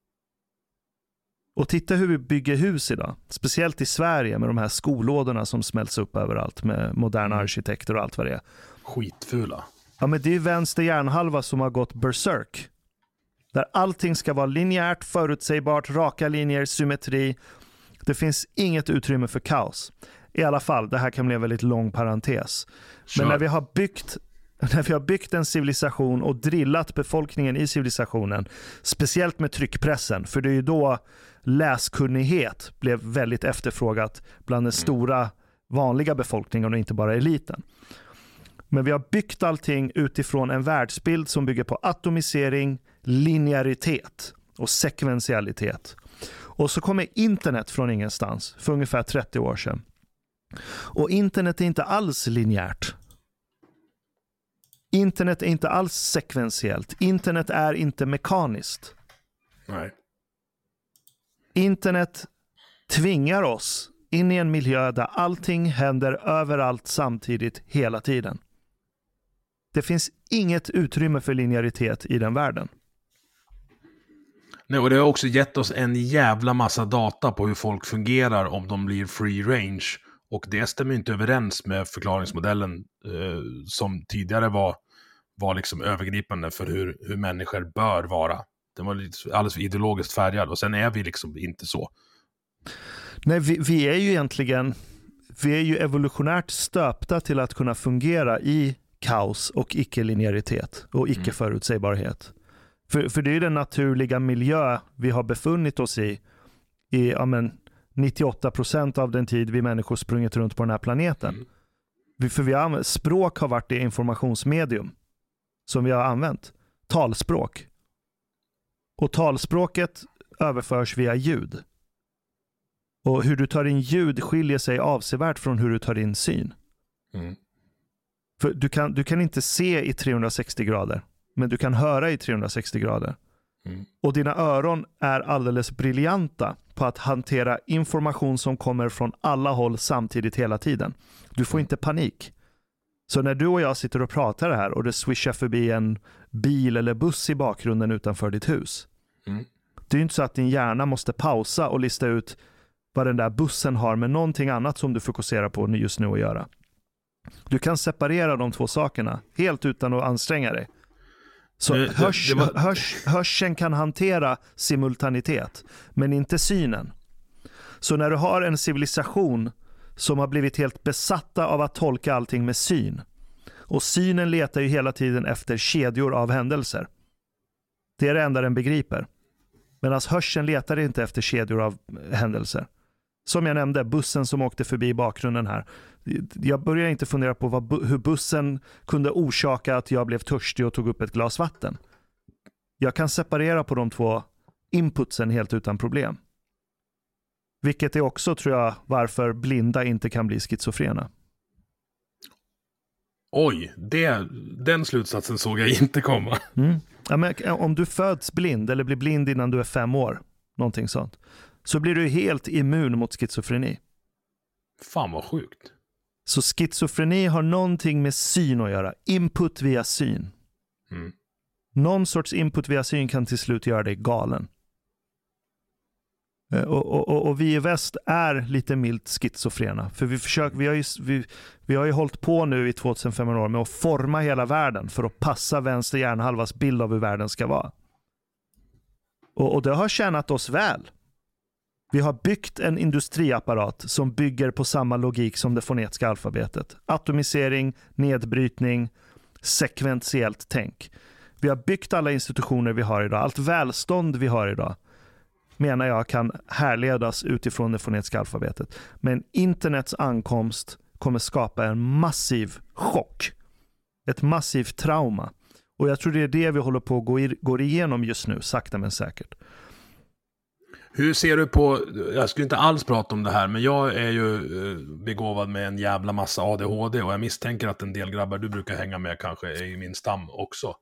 Speaker 4: Och titta hur vi bygger hus idag. Speciellt i Sverige med de här skolådorna som smälts upp överallt med moderna arkitekter och allt vad det är.
Speaker 3: Skitfula.
Speaker 4: Ja, men det är vänster hjärnhalva som har gått berserk. Där allting ska vara linjärt, förutsägbart, raka linjer, symmetri. Det finns inget utrymme för kaos. I alla fall, det här kan bli en väldigt lång parentes. Men när vi har byggt en civilisation och drillat befolkningen i civilisationen, speciellt med tryckpressen, för det är ju då läskunnighet blev väldigt efterfrågat bland den stora vanliga befolkningen och inte bara eliten. Men vi har byggt allting utifrån en världsbild som bygger på atomisering, linjäritet och sekventialitet. Och så kommer internet från ingenstans för ungefär 30 år sedan. Och internet är inte alls linjärt. Internet är inte alls sekventiellt. Internet är inte mekaniskt.
Speaker 3: Nej.
Speaker 4: Internet tvingar oss in i en miljö där allting händer överallt samtidigt hela tiden. Det finns inget utrymme för linjäritet i den världen.
Speaker 3: Nej, och det har också gett oss en jävla massa data på hur folk fungerar om de blir free range. Och det stämmer inte överens med förklaringsmodellen som tidigare var liksom övergripande för hur människor bör vara. Den var alldeles ideologiskt färgad och sen är vi liksom inte så.
Speaker 4: Nej, vi är ju egentligen evolutionärt stöpta till att kunna fungera i kaos och icke-linjäritet och icke-förutsägbarhet. För det är den naturliga miljö vi har befunnit oss i 98% av den tid vi människor sprungit runt på den här planeten. Språk har varit det informationsmedium som vi har använt. Talspråk. Och talspråket överförs via ljud. Och hur du tar in ljud skiljer sig avsevärt från hur du tar in syn. För du kan inte se i 360 grader, men du kan höra i 360 grader. Och dina öron är alldeles briljanta på att hantera information som kommer från alla håll samtidigt hela tiden. Du får inte panik. Så när du och jag sitter och pratar här och det swishar förbi en bil eller buss i bakgrunden utanför ditt hus. Det är ju inte så att din hjärna måste pausa och lista ut vad den där bussen har med någonting annat som du fokuserar på just nu att göra. Du kan separera de två sakerna helt utan att anstränga dig. Så hörseln kan hantera simultanitet, men inte synen. Så när du har en civilisation som har blivit helt besatta av att tolka allting med syn, och synen letar ju hela tiden efter kedjor av händelser. Det är det enda den begriper. Medan hörseln letar inte efter kedjor av händelser. Som jag nämnde, bussen som åkte förbi bakgrunden här. Jag börjar inte fundera på hur bussen kunde orsaka att jag blev törstig och tog upp ett glas vatten. Jag kan separera på de två inputsen helt utan problem. Vilket är också, tror jag, varför blinda inte kan bli schizofrena.
Speaker 3: Oj, den slutsatsen såg jag inte komma.
Speaker 4: Ja, men om du föds blind eller blir blind innan du är 5 år, någonting sånt, så blir du helt immun mot schizofreni.
Speaker 3: Fan vad sjukt.
Speaker 4: Så schizofreni har någonting med syn att göra. Input via syn. Någon sorts input via syn kan till slut göra dig galen. Och vi i väst är lite milt schizofrena. För vi har ju hållit på nu i 2500 år med att forma hela världen för att passa vänster hjärnhalvas bild av hur världen ska vara. Och det har tjänat oss väl. Vi har byggt en industriapparat som bygger på samma logik som det fonetiska alfabetet. Atomisering, nedbrytning, sekventiellt tänk. Vi har byggt alla institutioner vi har idag. Allt välstånd vi har idag, menar jag, kan härledas utifrån det fonetiska alfabetet. Men internets ankomst kommer skapa en massiv chock. Ett massivt trauma. Och jag tror det är det vi håller på att gå igenom just nu, sakta men säkert.
Speaker 3: Hur ser du på, jag skulle inte alls prata om det här, men jag är ju begåvad med en jävla massa ADHD och jag misstänker att en del grabbar du brukar hänga med kanske är i min stam också.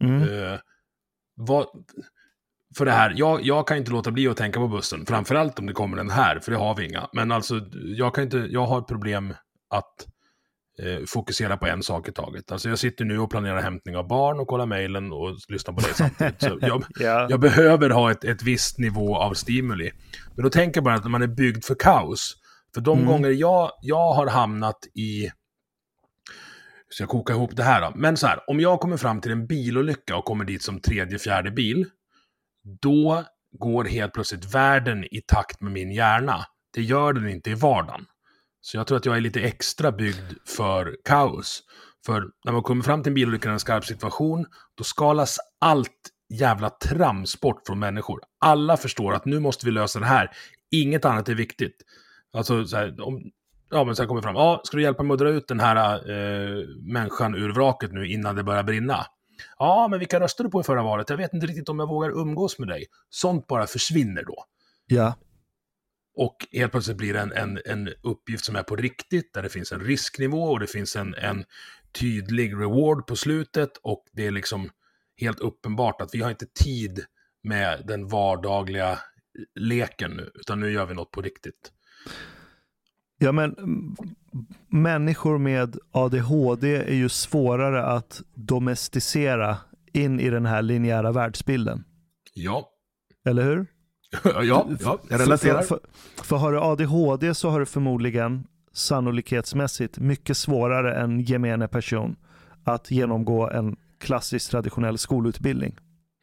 Speaker 3: För det här, jag kan inte låta bli att tänka på bussen, framförallt om det kommer en här, för det har vi inga. Men alltså, jag har problem att fokusera på en sak i taget. Alltså jag sitter nu och planerar hämtning av barn och kollar mejlen och lyssnar på det samtidigt. Så jag behöver ha ett visst nivå av stimuli. Men då tänker jag bara att man är byggd för kaos. För de gånger jag har hamnat i... Så jag kokar ihop det här då. Men så här, om jag kommer fram till en bilolycka och kommer dit som 3:e, 4:e bil, då går helt plötsligt världen i takt med min hjärna. Det gör den inte i vardagen. Så jag tror att jag är lite extra byggd för kaos. För när man kommer fram till en bilolycka i en skarp situation, då skalas allt jävla trams bort från människor. Alla förstår att nu måste vi lösa det här. Inget annat är viktigt. Alltså så här, men så här kommer fram. Ska du hjälpa mig att dra ut den här människan ur vraket nu innan det börjar brinna? Ja, men vilka röstade du på i förra valet? Jag vet inte riktigt om jag vågar umgås med dig. Sånt bara försvinner då.
Speaker 4: Ja.
Speaker 3: Och helt plötsligt blir det en uppgift som är på riktigt, där det finns en risknivå och det finns en tydlig reward på slutet, och det är liksom helt uppenbart att vi har inte tid med den vardagliga leken nu, utan nu gör vi något på riktigt.
Speaker 4: Ja, men människor med ADHD är ju svårare att domesticera in i den här linjära världsbilden.
Speaker 3: Ja.
Speaker 4: Eller hur?
Speaker 3: Ja, jag relaterar.
Speaker 4: För har du ADHD så har du förmodligen sannolikhetsmässigt mycket svårare än gemene person att genomgå en klassisk traditionell skolutbildning.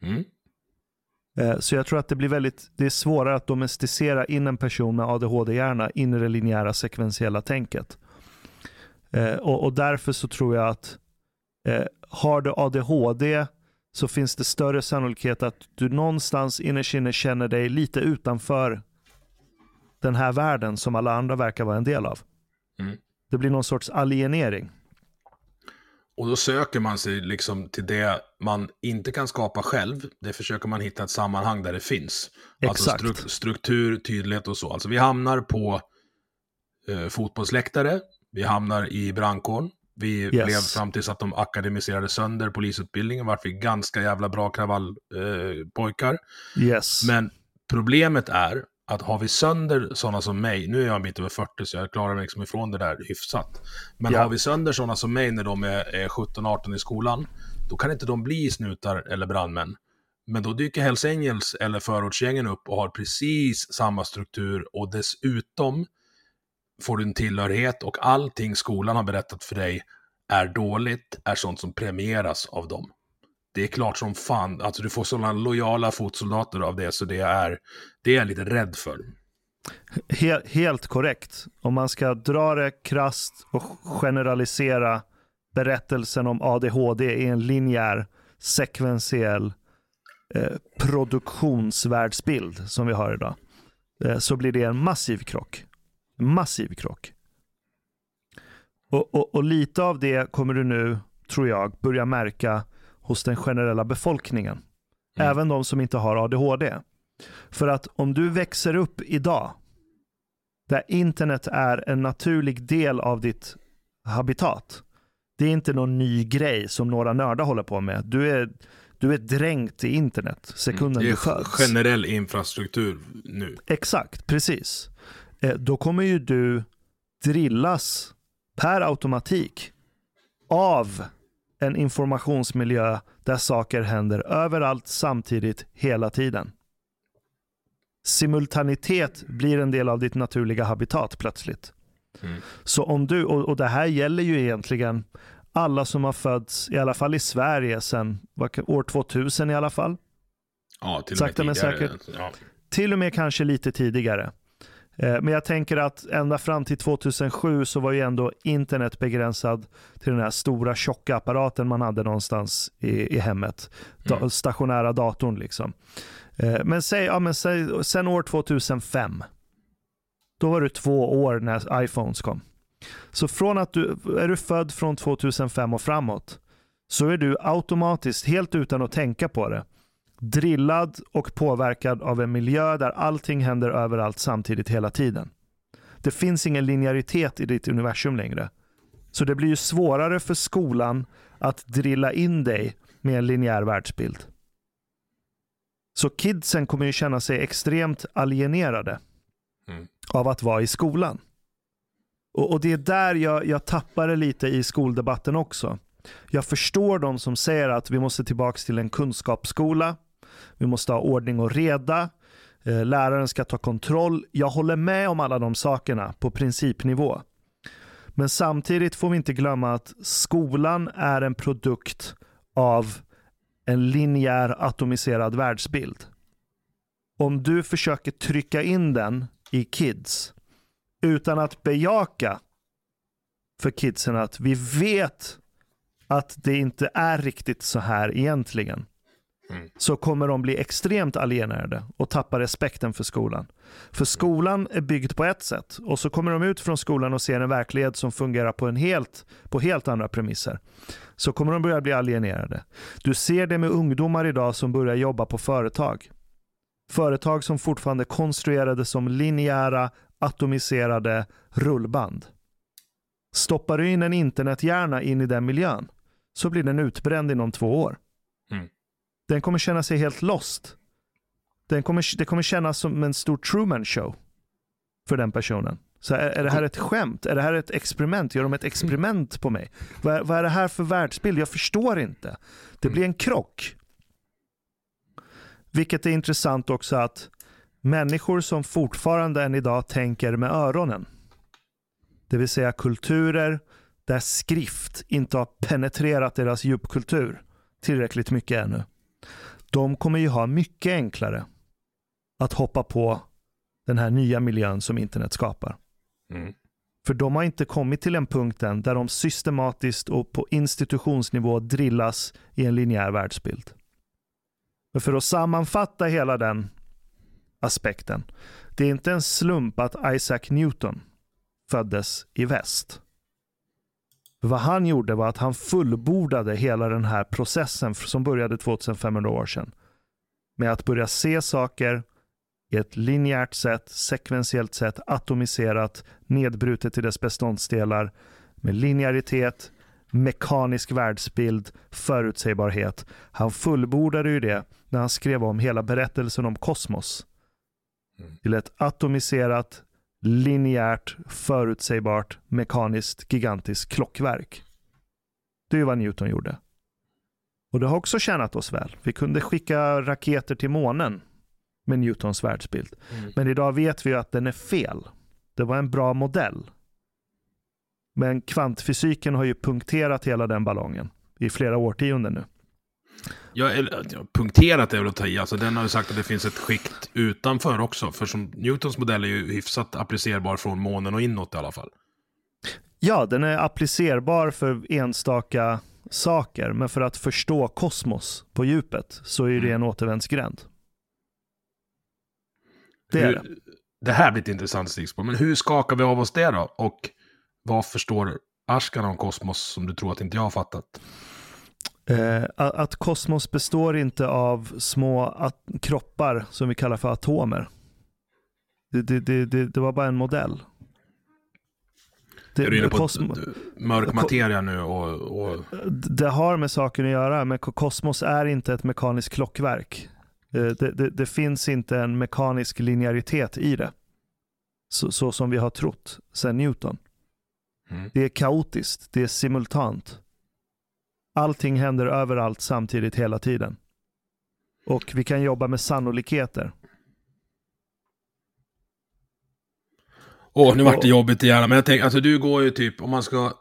Speaker 4: Så jag tror att det är svårare att domesticera in en person med ADHD-hjärna in i det linjära sekventiella tänket. Och därför så tror jag att har du ADHD så finns det större sannolikhet att du någonstans innerst inne känner dig lite utanför den här världen som alla andra verkar vara en del av.
Speaker 3: Mm.
Speaker 4: Det blir någon sorts alienering.
Speaker 3: Och då söker man sig liksom till det man inte kan skapa själv. Det försöker man hitta ett sammanhang där det finns.
Speaker 4: Exakt.
Speaker 3: Alltså struktur, tydlighet och så. Alltså vi hamnar på fotbollsläktare. Vi hamnar i brandkåren. Vi blev fram tills att de akademiserade sönder polisutbildningen. Vart vi ganska jävla bra kravallpojkar.
Speaker 4: Yes.
Speaker 3: Men problemet är att har vi sönder sådana som mig, nu är jag en bit över 40 så jag klarar mig liksom ifrån det där hyfsat. Men har vi sönder sådana som mig när de är 17-18 i skolan, då kan inte de bli snutar eller brandmän. Men då dyker Hells Angels eller förortsgängen upp och har precis samma struktur och dessutom får du en tillhörighet och allting skolan har berättat för dig är dåligt, är sånt som premieras av dem. Det är klart som fan, alltså du får sådana lojala fotsoldater av det, så det är jag lite rädd för.
Speaker 4: Helt korrekt. Om man ska dra det krasst och generalisera berättelsen om ADHD i en linjär, sekventiell produktionsvärldsbild som vi har idag, så blir det en massiv krock. Och lite av det kommer du nu, tror jag, börja märka hos den generella befolkningen. Även de som inte har ADHD. För att om du växer upp idag där internet är en naturlig del av ditt habitat. Det är inte någon ny grej som några nördar håller på med. Du är dränkt i internet sekunden du föds.
Speaker 3: Det är generell infrastruktur nu.
Speaker 4: Exakt, precis. Då kommer ju du drillas per automatik av en informationsmiljö där saker händer överallt samtidigt hela tiden. Simultanitet blir en del av ditt naturliga habitat plötsligt. Så om du, och det här gäller ju egentligen alla som har fötts, i alla fall i Sverige sedan år 2000 i alla fall.
Speaker 3: Ja, till och med tidigare.
Speaker 4: Säkert. Ja. Till och med kanske lite tidigare. Men jag tänker att ända fram till 2007 så var ju ändå internet begränsad till den här stora tjocka apparaten man hade någonstans i hemmet. Stationära datorn liksom. Men säg sen år 2005. Då var du 2 år när iPhones kom. Så från att är du född från 2005 och framåt, så är du automatiskt, helt utan att tänka på det, drillad och påverkad av en miljö där allting händer överallt samtidigt hela tiden. Det finns ingen linearitet i ditt universum längre. Så det blir ju svårare för skolan att drilla in dig med en linjär världsbild. Så kidsen kommer ju känna sig extremt alienerade av att vara i skolan. Och det är där jag tappar det lite i skoldebatten också. Jag förstår de som säger att vi måste tillbaka till en kunskapsskola. Vi måste ha ordning och reda. Läraren ska ta kontroll. Jag håller med om alla de sakerna på principnivå. Men samtidigt får vi inte glömma att skolan är en produkt av en linjär atomiserad världsbild. Om du försöker trycka in den i kids utan att bejaka för kidsen att vi vet att det inte är riktigt så här egentligen, så kommer de bli extremt alienerade och tappa respekten för skolan. För skolan är byggd på ett sätt och så kommer de ut från skolan och ser en verklighet som fungerar på helt andra premisser. Så kommer de börja bli alienerade. Du ser det med ungdomar idag som börjar jobba på företag. Företag som fortfarande konstruerade som linjära, atomiserade rullband. Stoppar du in en internethjärna in i den miljön, så blir den utbränd inom 2 år. Den kommer känna sig helt lost. Det kommer kännas som en stor Truman Show för den personen. Så är det här ett skämt? Är det här ett experiment? Gör de ett experiment på mig? Vad är det här för världsbild? Jag förstår inte. Det blir en krock. Vilket är intressant också, att människor som fortfarande än idag tänker med öronen, det vill säga kulturer där skrift inte har penetrerat deras djupkultur tillräckligt mycket ännu, de kommer ju ha mycket enklare att hoppa på den här nya miljön som internet skapar. För de har inte kommit till en punkt än där de systematiskt och på institutionsnivå drillas i en linjär världsbild. Men för att sammanfatta hela den aspekten. Det är inte en slump att Isaac Newton föddes i väst. Vad han gjorde var att han fullbordade hela den här processen som började 2500 år sedan. Med att börja se saker i ett linjärt sätt, sekventiellt sätt, atomiserat, nedbrutet i dess beståndsdelar, med linjäritet, mekanisk världsbild, förutsägbarhet. Han fullbordade ju det när han skrev om hela berättelsen om kosmos. Till ett atomiserat, linjärt, förutsägbart, mekaniskt, gigantiskt klockverk. Det är ju vad Newton gjorde. Och det har också tjänat oss väl. Vi kunde skicka raketer till månen med Newtons världsbild. Men idag vet vi ju att den är fel. Det var en bra modell. Men kvantfysiken har ju punkterat hela den ballongen i flera årtionden nu.
Speaker 3: Punkterat är väl att ta i. Alltså den har ju sagt att det finns ett skikt utanför också. För som Newtons modell är ju hyfsat applicerbar från månen och inåt i alla fall.
Speaker 4: Ja, den är applicerbar för enstaka saker. Men för att förstå kosmos på djupet så är det en återvändsgränd.
Speaker 3: Det här blir ett intressant stickspår. Men hur skakar vi av oss det då? Och vad förstår Ashkan om kosmos som du tror att inte jag har fattat?
Speaker 4: Att kosmos består inte av små kroppar som vi kallar för atomer. Det var bara en modell.
Speaker 3: Är du inne på mörk materia nu?
Speaker 4: Det har med saker att göra, men kosmos är inte ett mekaniskt klockverk. Det finns inte en mekanisk linearitet i det. Så som vi har trott sedan Newton. Det är kaotiskt, det är simultant. Allting händer överallt samtidigt hela tiden. Och vi kan jobba med sannolikheter.
Speaker 3: Nu vart det jobbigt igen. Men jag tänker, alltså du går ju typ, om man ska...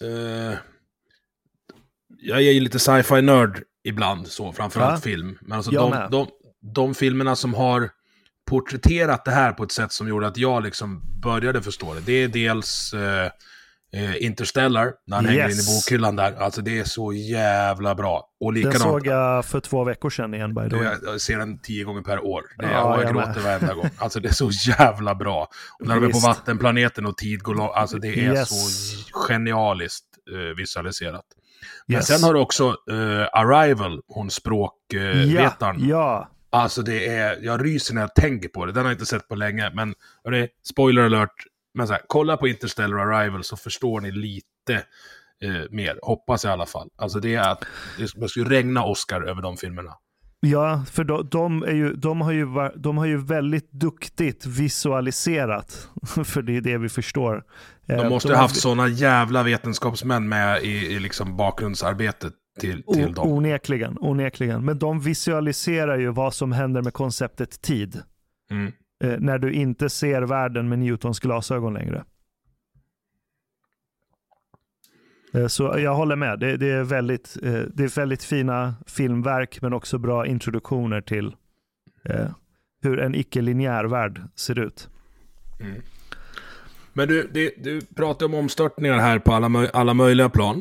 Speaker 3: jag är ju lite sci-fi-nörd ibland, så framförallt film. Men alltså de filmerna som har porträtterat det här på ett sätt som gjorde att jag liksom började förstå det. Det är dels... Interstellar, när han hänger in i bokhyllan där. Alltså det är så jävla bra. Och likadant,
Speaker 4: den såg jag för 2 veckor sedan igen. By the way.
Speaker 3: Jag ser den 10 gånger per år. Jag gråter varenda gång. Alltså det är så jävla bra. Och när de är på vattenplaneten och tid går långt. Alltså det är så genialiskt visualiserat. Men sen har du också Arrival, hon språkvetaren.
Speaker 4: Ja.
Speaker 3: Alltså det är, jag ryser när jag tänker på det. Den har jag inte sett på länge. Men spoiler alert. Men så här, kolla på Interstellar Arrival så förstår ni lite mer. Hoppas jag i alla fall. Alltså det är att det ska regna Oscar över de filmerna.
Speaker 4: Ja, för de har ju väldigt duktigt visualiserat. För det är det vi förstår.
Speaker 3: De måste ha haft såna jävla vetenskapsmän med i liksom bakgrundsarbetet till dem. Onekligen. Men de visualiserar ju vad som händer med konceptet tid. När du inte ser världen med Newtons glasögon längre. Så jag håller med. Det är väldigt fina filmverk, men också bra introduktioner till hur en icke-linjär värld ser ut. Men du pratar om omstörtningar här på alla möjliga plan.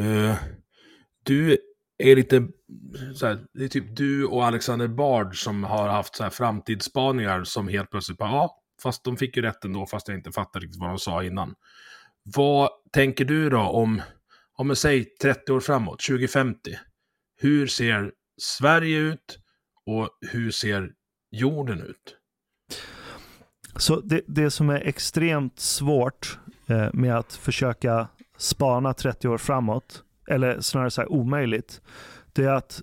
Speaker 3: Du är lite så här, det är typ du och Alexander Bard som har haft så här framtidsspaningar som helt plötsligt bara, fast de fick ju rätt ändå, fast jag inte fattar riktigt vad de sa innan. Vad tänker du då om säg 30 år framåt, 2050? Hur ser Sverige ut och hur ser jorden ut?
Speaker 4: Så det som är extremt svårt med att försöka spana 30 år framåt, eller snarare så här omöjligt, det är att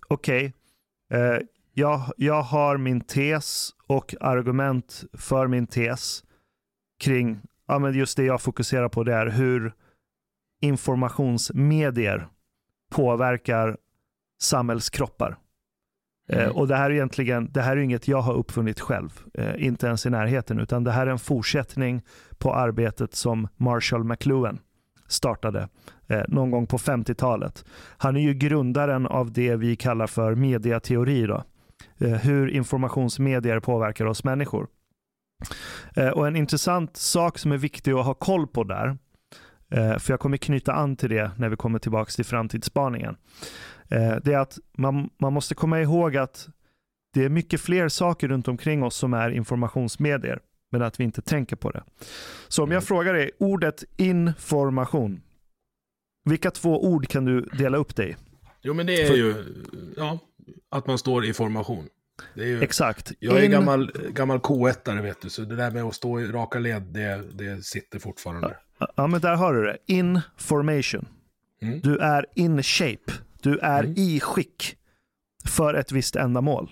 Speaker 4: jag har min tes och argument för min tes kring men just det jag fokuserar på, det är hur informationsmedier påverkar samhällskroppar. Och det här är inget jag har uppfunnit själv, inte ens i närheten, utan det här är en fortsättning på arbetet som Marshall McLuhan startade någon gång på 50-talet. Han är ju grundaren av det vi kallar för mediateori då. Hur informationsmedier påverkar oss människor. Och en intressant sak som är viktig att ha koll på där, för jag kommer knyta an till det när vi kommer tillbaka till framtidsspaningen, det är att man måste komma ihåg att Det är mycket fler saker runt omkring oss som är informationsmedier, men att vi inte tänker på det. Så om jag frågar dig, ordet information, vilka 2 ord kan du dela upp dig?
Speaker 3: Jo, men det är ju att man står i formation. Det är ju,
Speaker 4: exakt.
Speaker 3: Jag är gammal K1-are, vet du, så det där med att stå i raka led, det sitter fortfarande.
Speaker 4: Ja, men där har du det. Information. Du är in shape. Du är i skick för ett visst ändamål.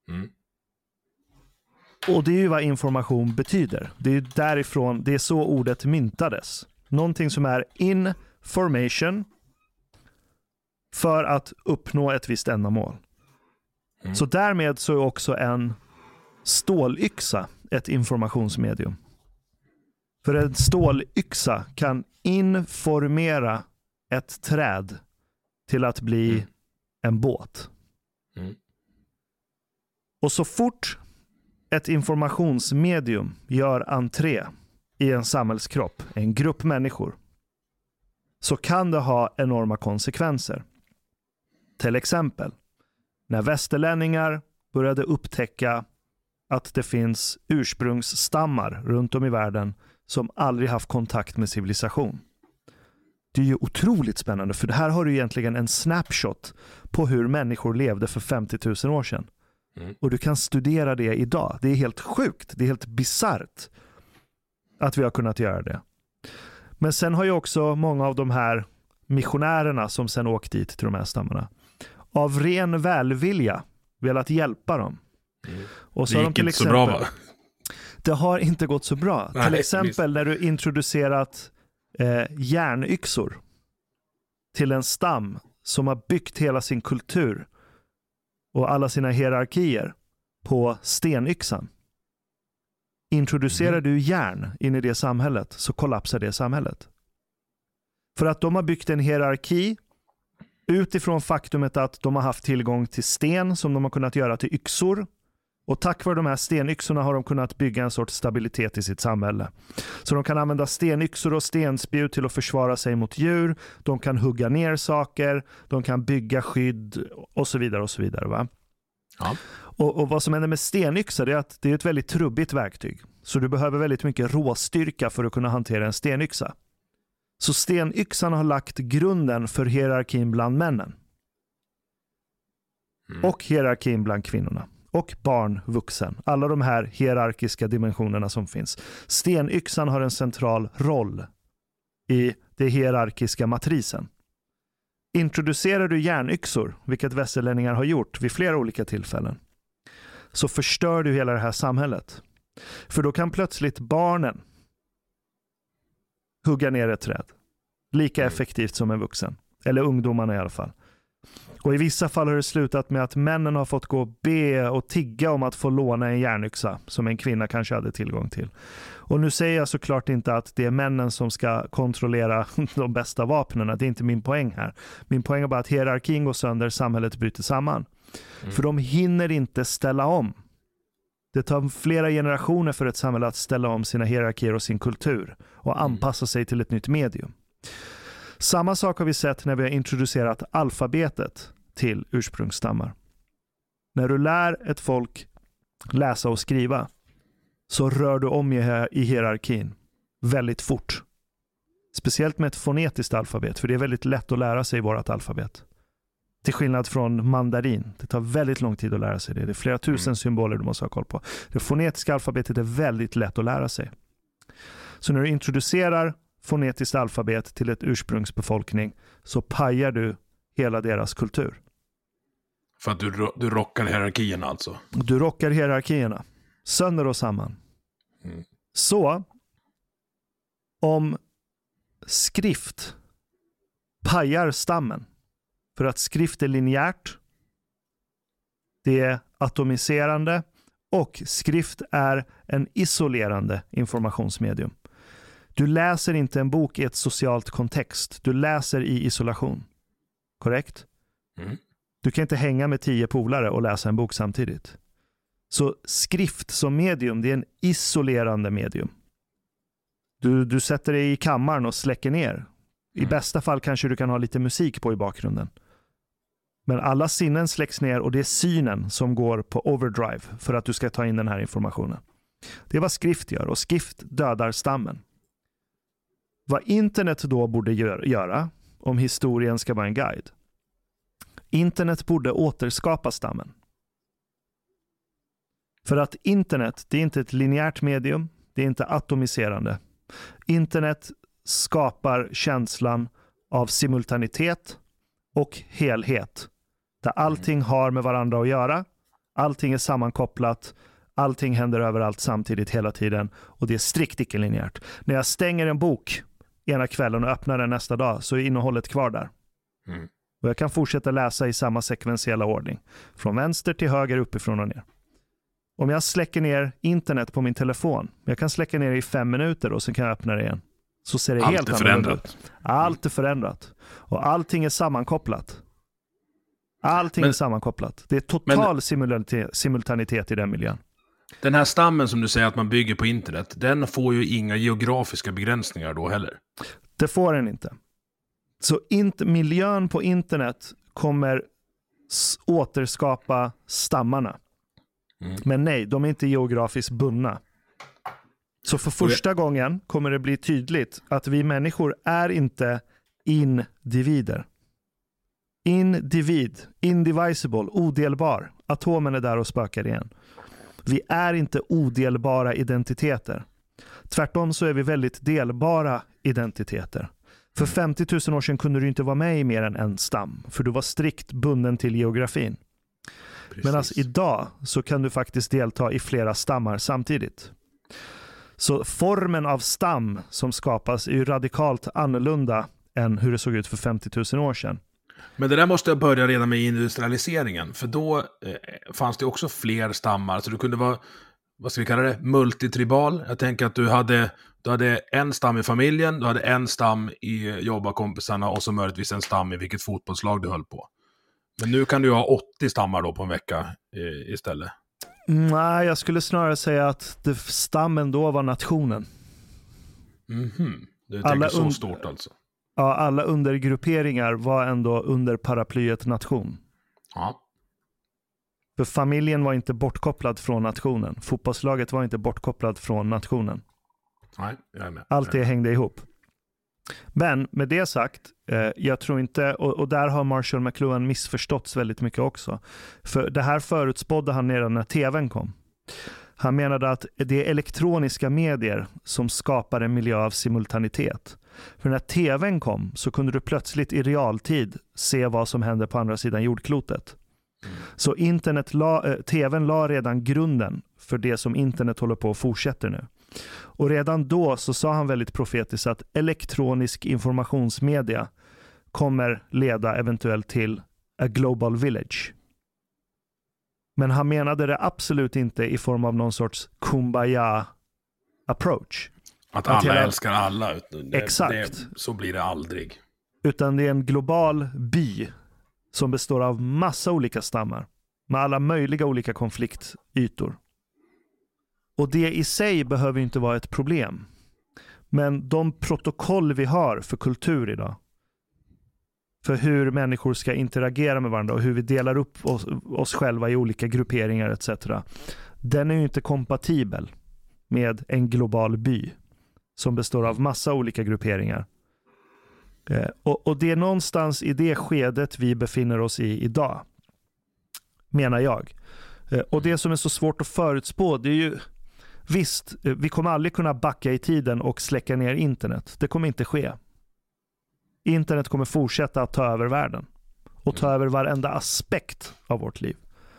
Speaker 4: Och det är ju vad information betyder. Det är ju därifrån, det är så ordet myntades. Någonting som är information för att uppnå ett visst ändamål. Så därmed så är också en stålyxa ett informationsmedium. För en stålyxa kan informera ett träd till att bli en båt. Och så fort ett informationsmedium gör entré i en samhällskropp, en grupp människor, så kan det ha enorma konsekvenser. Till exempel när västerlänningar började upptäcka att det finns ursprungsstammar runt om i världen som aldrig haft kontakt med civilisation. Det är ju otroligt spännande, för det här har du egentligen en snapshot på hur människor levde för 50 000 år sedan. Och du kan studera det idag. Det är helt sjukt, det är helt bizarrt att vi har kunnat göra det. Men sen har ju också många av de här missionärerna som sen åkt dit till de här stammarna av ren välvilja velat hjälpa dem. Och så
Speaker 3: det
Speaker 4: har
Speaker 3: gick
Speaker 4: de till
Speaker 3: inte
Speaker 4: exempel,
Speaker 3: så bra, va?
Speaker 4: Det har inte gått så bra.
Speaker 3: Nej,
Speaker 4: till exempel när du introducerat järnyxor till en stam som har byggt hela sin kultur och alla sina hierarkier på stenyxan. Introducerar du järn in i det samhället, så kollapsar det samhället. För att de har byggt en hierarki utifrån faktumet att de har haft tillgång till sten som de har kunnat göra till yxor. Och tack vare de här stenyxorna har de kunnat bygga en sorts stabilitet i sitt samhälle. Så de kan använda stenyxor och stenspjut till att försvara sig mot djur. De kan hugga ner saker. De kan bygga skydd och så vidare och så vidare, va?
Speaker 3: Ja.
Speaker 4: Och vad som händer med stenyxor är att det är ett väldigt trubbigt verktyg. Så du behöver väldigt mycket råstyrka för att kunna hantera en stenyxa. Så stenyxan har lagt grunden för hierarkin bland männen. Och hierarkin bland kvinnorna. Och barn, vuxen. Alla de här hierarkiska dimensionerna som finns. Stenyxan har en central roll i det hierarkiska matrisen. Introducerar du järnyxor, vilket västerlänningar har gjort vid flera olika tillfällen, så förstör du hela det här samhället. För då kan plötsligt barnen hugga ner ett träd. Lika effektivt som en vuxen. Eller ungdomarna i alla fall. Och i vissa fall har det slutat med att männen har fått gå och be och tigga om att få låna en järnyxa som en kvinna kanske hade tillgång till. Och nu säger jag såklart inte att det är männen som ska kontrollera de bästa vapnen. Det är inte min poäng här. Min poäng är bara att hierarkin går sönder, samhället bryter samman. För de hinner inte ställa om. Det tar flera generationer för ett samhälle att ställa om sina hierarkier och sin kultur och anpassa sig till ett nytt medium. Samma sak har vi sett när vi har introducerat alfabetet till ursprungsstammar. När du lär ett folk läsa och skriva så rör du om i hierarkin väldigt fort. Speciellt med ett fonetiskt alfabet, för det är väldigt lätt att lära sig vårt alfabet. Till skillnad från mandarin. Det tar väldigt lång tid att lära sig det. Det är flera tusen symboler du måste ha koll på. Det fonetiska alfabetet är väldigt lätt att lära sig. Så när du introducerar fonetiskt alfabet till ett ursprungsbefolkning så pajar du hela deras kultur.
Speaker 3: För att du rockar hierarkierna alltså?
Speaker 4: Du rockar hierarkierna. Sönder och samman. Så om skrift pajar stammen, för att skrift är linjärt, det är atomiserande och skrift är en isolerande informationsmedium. Du läser inte en bok i ett socialt kontext. Du läser i isolation. Korrekt? Du kan inte hänga med 10 polare och läsa en bok samtidigt. Så skrift som medium, det är en isolerande medium. Du sätter dig i kammaren och släcker ner. I bästa fall kanske du kan ha lite musik på i bakgrunden. Men alla sinnen släcks ner och det är synen som går på overdrive för att du ska ta in den här informationen. Det är vad skrift gör, och skrift dödar stammen. Vad internet då borde göra, om historien ska vara en guide. Internet borde återskapa stammen. För att internet, det är inte ett linjärt medium, det är inte atomiserande. Internet skapar känslan av simultanitet och helhet. Där allting har med varandra att göra, allting är sammankopplat, allting händer överallt samtidigt hela tiden, och det är strikt icke-linjärt. När jag stänger en bok ena kvällen och öppnar den nästa dag så är innehållet kvar där. Och jag kan fortsätta läsa i samma sekventiella ordning. Från vänster till höger, uppifrån och ner. Om jag släcker ner internet på min telefon, jag kan släcka ner i 5 minuter och så kan jag öppna det igen. Så ser det helt annorlunda ut. Allt är förändrat. Och allting är sammankopplat. Allting är sammankopplat. Det är total simultanitet i den miljön.
Speaker 3: Den här stammen som du säger att man bygger på internet, den får ju inga geografiska begränsningar då heller.
Speaker 4: Det får den inte. Så miljön på internet kommer återskapa stammarna. Men nej, de är inte geografiskt bundna. Så för första gången kommer det bli tydligt att vi människor är inte individer. Indivisible, odelbar. Atomen är där och spökar igen. Vi är inte odelbara identiteter. Tvärtom så är vi väldigt delbara identiteter. För 50 000 år sedan kunde du inte vara med i mer än en stam, för du var strikt bunden till geografin. Medan idag så kan du faktiskt delta i flera stammar samtidigt. Så formen av stam som skapas är ju radikalt annorlunda än hur det såg ut för 50 000 år sedan.
Speaker 3: Men det där måste jag börja redan med industrialiseringen. För då fanns det också fler stammar. Så du kunde vara, vad ska vi kalla det, multitribal. Jag tänker att du hade en stam i familjen, du hade en stam i jobbarkompisarna och så möjligtvis en stam i vilket fotbollslag du höll på. Men nu kan du ha 80 stammar då på en vecka istället.
Speaker 4: Nej, jag skulle snarare säga att stammen då var nationen.
Speaker 3: Du tänker så stort alltså.
Speaker 4: Ja, alla undergrupperingar var ändå under paraplyet nation.
Speaker 3: Ja.
Speaker 4: För familjen var inte bortkopplad från nationen. Fotbollslaget var inte bortkopplad från nationen.
Speaker 3: Nej, jag är med.
Speaker 4: Allt det hängde ihop. Men med det sagt, jag tror inte, och där har Marshall McLuhan missförståtts väldigt mycket också. För det här förutspådde han redan när tvn kom. Han menade att det är elektroniska medier som skapar en miljö av simultanitet. För när tvn kom så kunde du plötsligt i realtid se vad som hände på andra sidan jordklotet. Så tvn la redan grunden för det som internet håller på och fortsätter nu. Och redan då så sa han väldigt profetiskt att elektronisk informationsmedia kommer leda eventuellt till a global village. Men han menade det absolut inte i form av någon sorts kumbaya approach.
Speaker 3: Att alla älskar alla.
Speaker 4: Exakt.
Speaker 3: Så blir det aldrig.
Speaker 4: Utan det är en global by som består av massa olika stammar med alla möjliga olika konfliktytor. Och det i sig behöver inte vara ett problem. Men de protokoll vi har för kultur idag, för hur människor ska interagera med varandra och hur vi delar upp oss själva i olika grupperingar etc. Den är ju inte kompatibel med en global by som består av massa olika grupperingar. Och det är någonstans i det skedet vi befinner oss i idag, menar jag. Och det som är så svårt att förutspå, det är ju visst, vi kommer aldrig kunna backa i tiden och släcka ner internet. Det kommer inte ske. Internet kommer fortsätta att ta över världen och ta över varenda aspekt av vårt liv.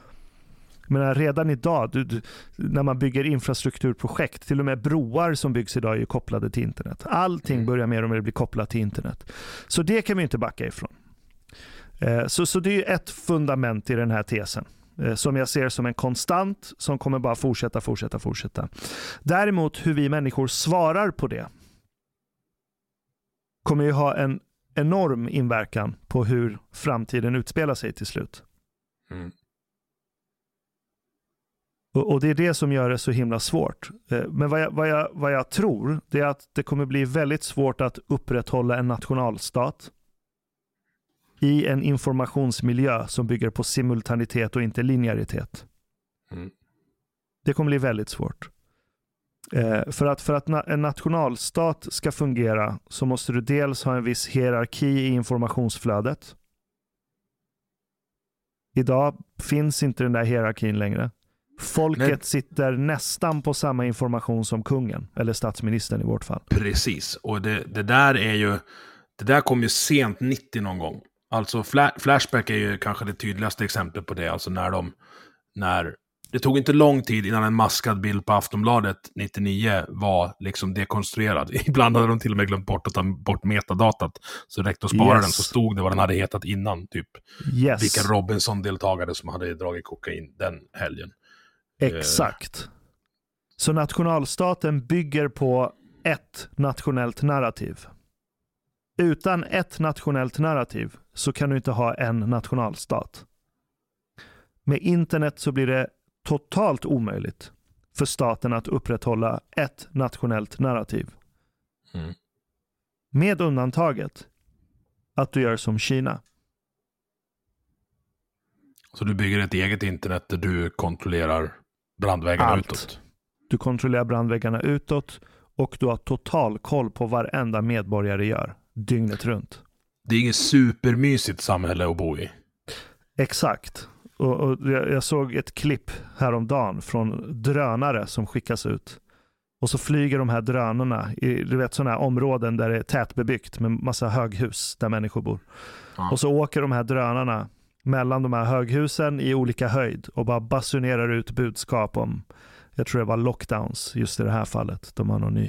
Speaker 4: Men redan idag, när man bygger infrastrukturprojekt, till och med broar som byggs idag är ju kopplade till internet. Allting börjar mer och mer bli kopplat till internet. Så det kan vi inte backa ifrån. Så det är ju ett fundament i den här tesen. Som jag ser som en konstant som kommer bara fortsätta. Däremot hur vi människor svarar på det kommer ju ha en enorm inverkan på hur framtiden utspelar sig till slut. Och det är det som gör det så himla svårt. Men vad jag tror, det är att det kommer bli väldigt svårt att upprätthålla en nationalstat i en informationsmiljö som bygger på simultanitet och inte linjäritet. Det kommer bli väldigt svårt. För att en nationalstat ska fungera så måste du dels ha en viss hierarki i informationsflödet. Idag finns inte den där hierarkin längre. Folket sitter nästan på samma information som kungen eller statsministern i vårt fall. Precis,
Speaker 3: och det där kom ju sent 90 någon gång. Alltså Flashback är ju kanske det tydligaste exemplet på det. Alltså när det tog inte lång tid innan en maskad bild på Aftonbladet 99 var liksom dekonstruerad. Ibland hade de till och med glömt bort att ta bort metadatat. Så räckte att spara den, så stod det vad den hade hetat innan. Typ vilka Robinson-deltagare som hade dragit kokain den helgen.
Speaker 4: Exakt. Så nationalstaten bygger på ett nationellt narrativ. Utan ett nationellt narrativ så kan du inte ha en nationalstat. Med internet så blir det totalt omöjligt för staten att upprätthålla ett nationellt narrativ. Med undantaget att du gör som Kina.
Speaker 3: Så du bygger ett eget internet där du kontrollerar brandväggarna utåt?
Speaker 4: Du kontrollerar brandväggarna utåt och du har total koll på varenda medborgare gör dygnet runt.
Speaker 3: Det är inget supermysigt samhälle att bo i.
Speaker 4: Exakt. Och jag såg ett klipp häromdagen från drönare som skickas ut. Och så flyger de här drönarna i sådana här områden där det är tätbebyggt med massa höghus där människor bor. Ja. Och så åker de här drönarna mellan de här höghusen i olika höjd och bara basunerar ut budskap om, jag tror det var lockdowns just i det här fallet. De har någon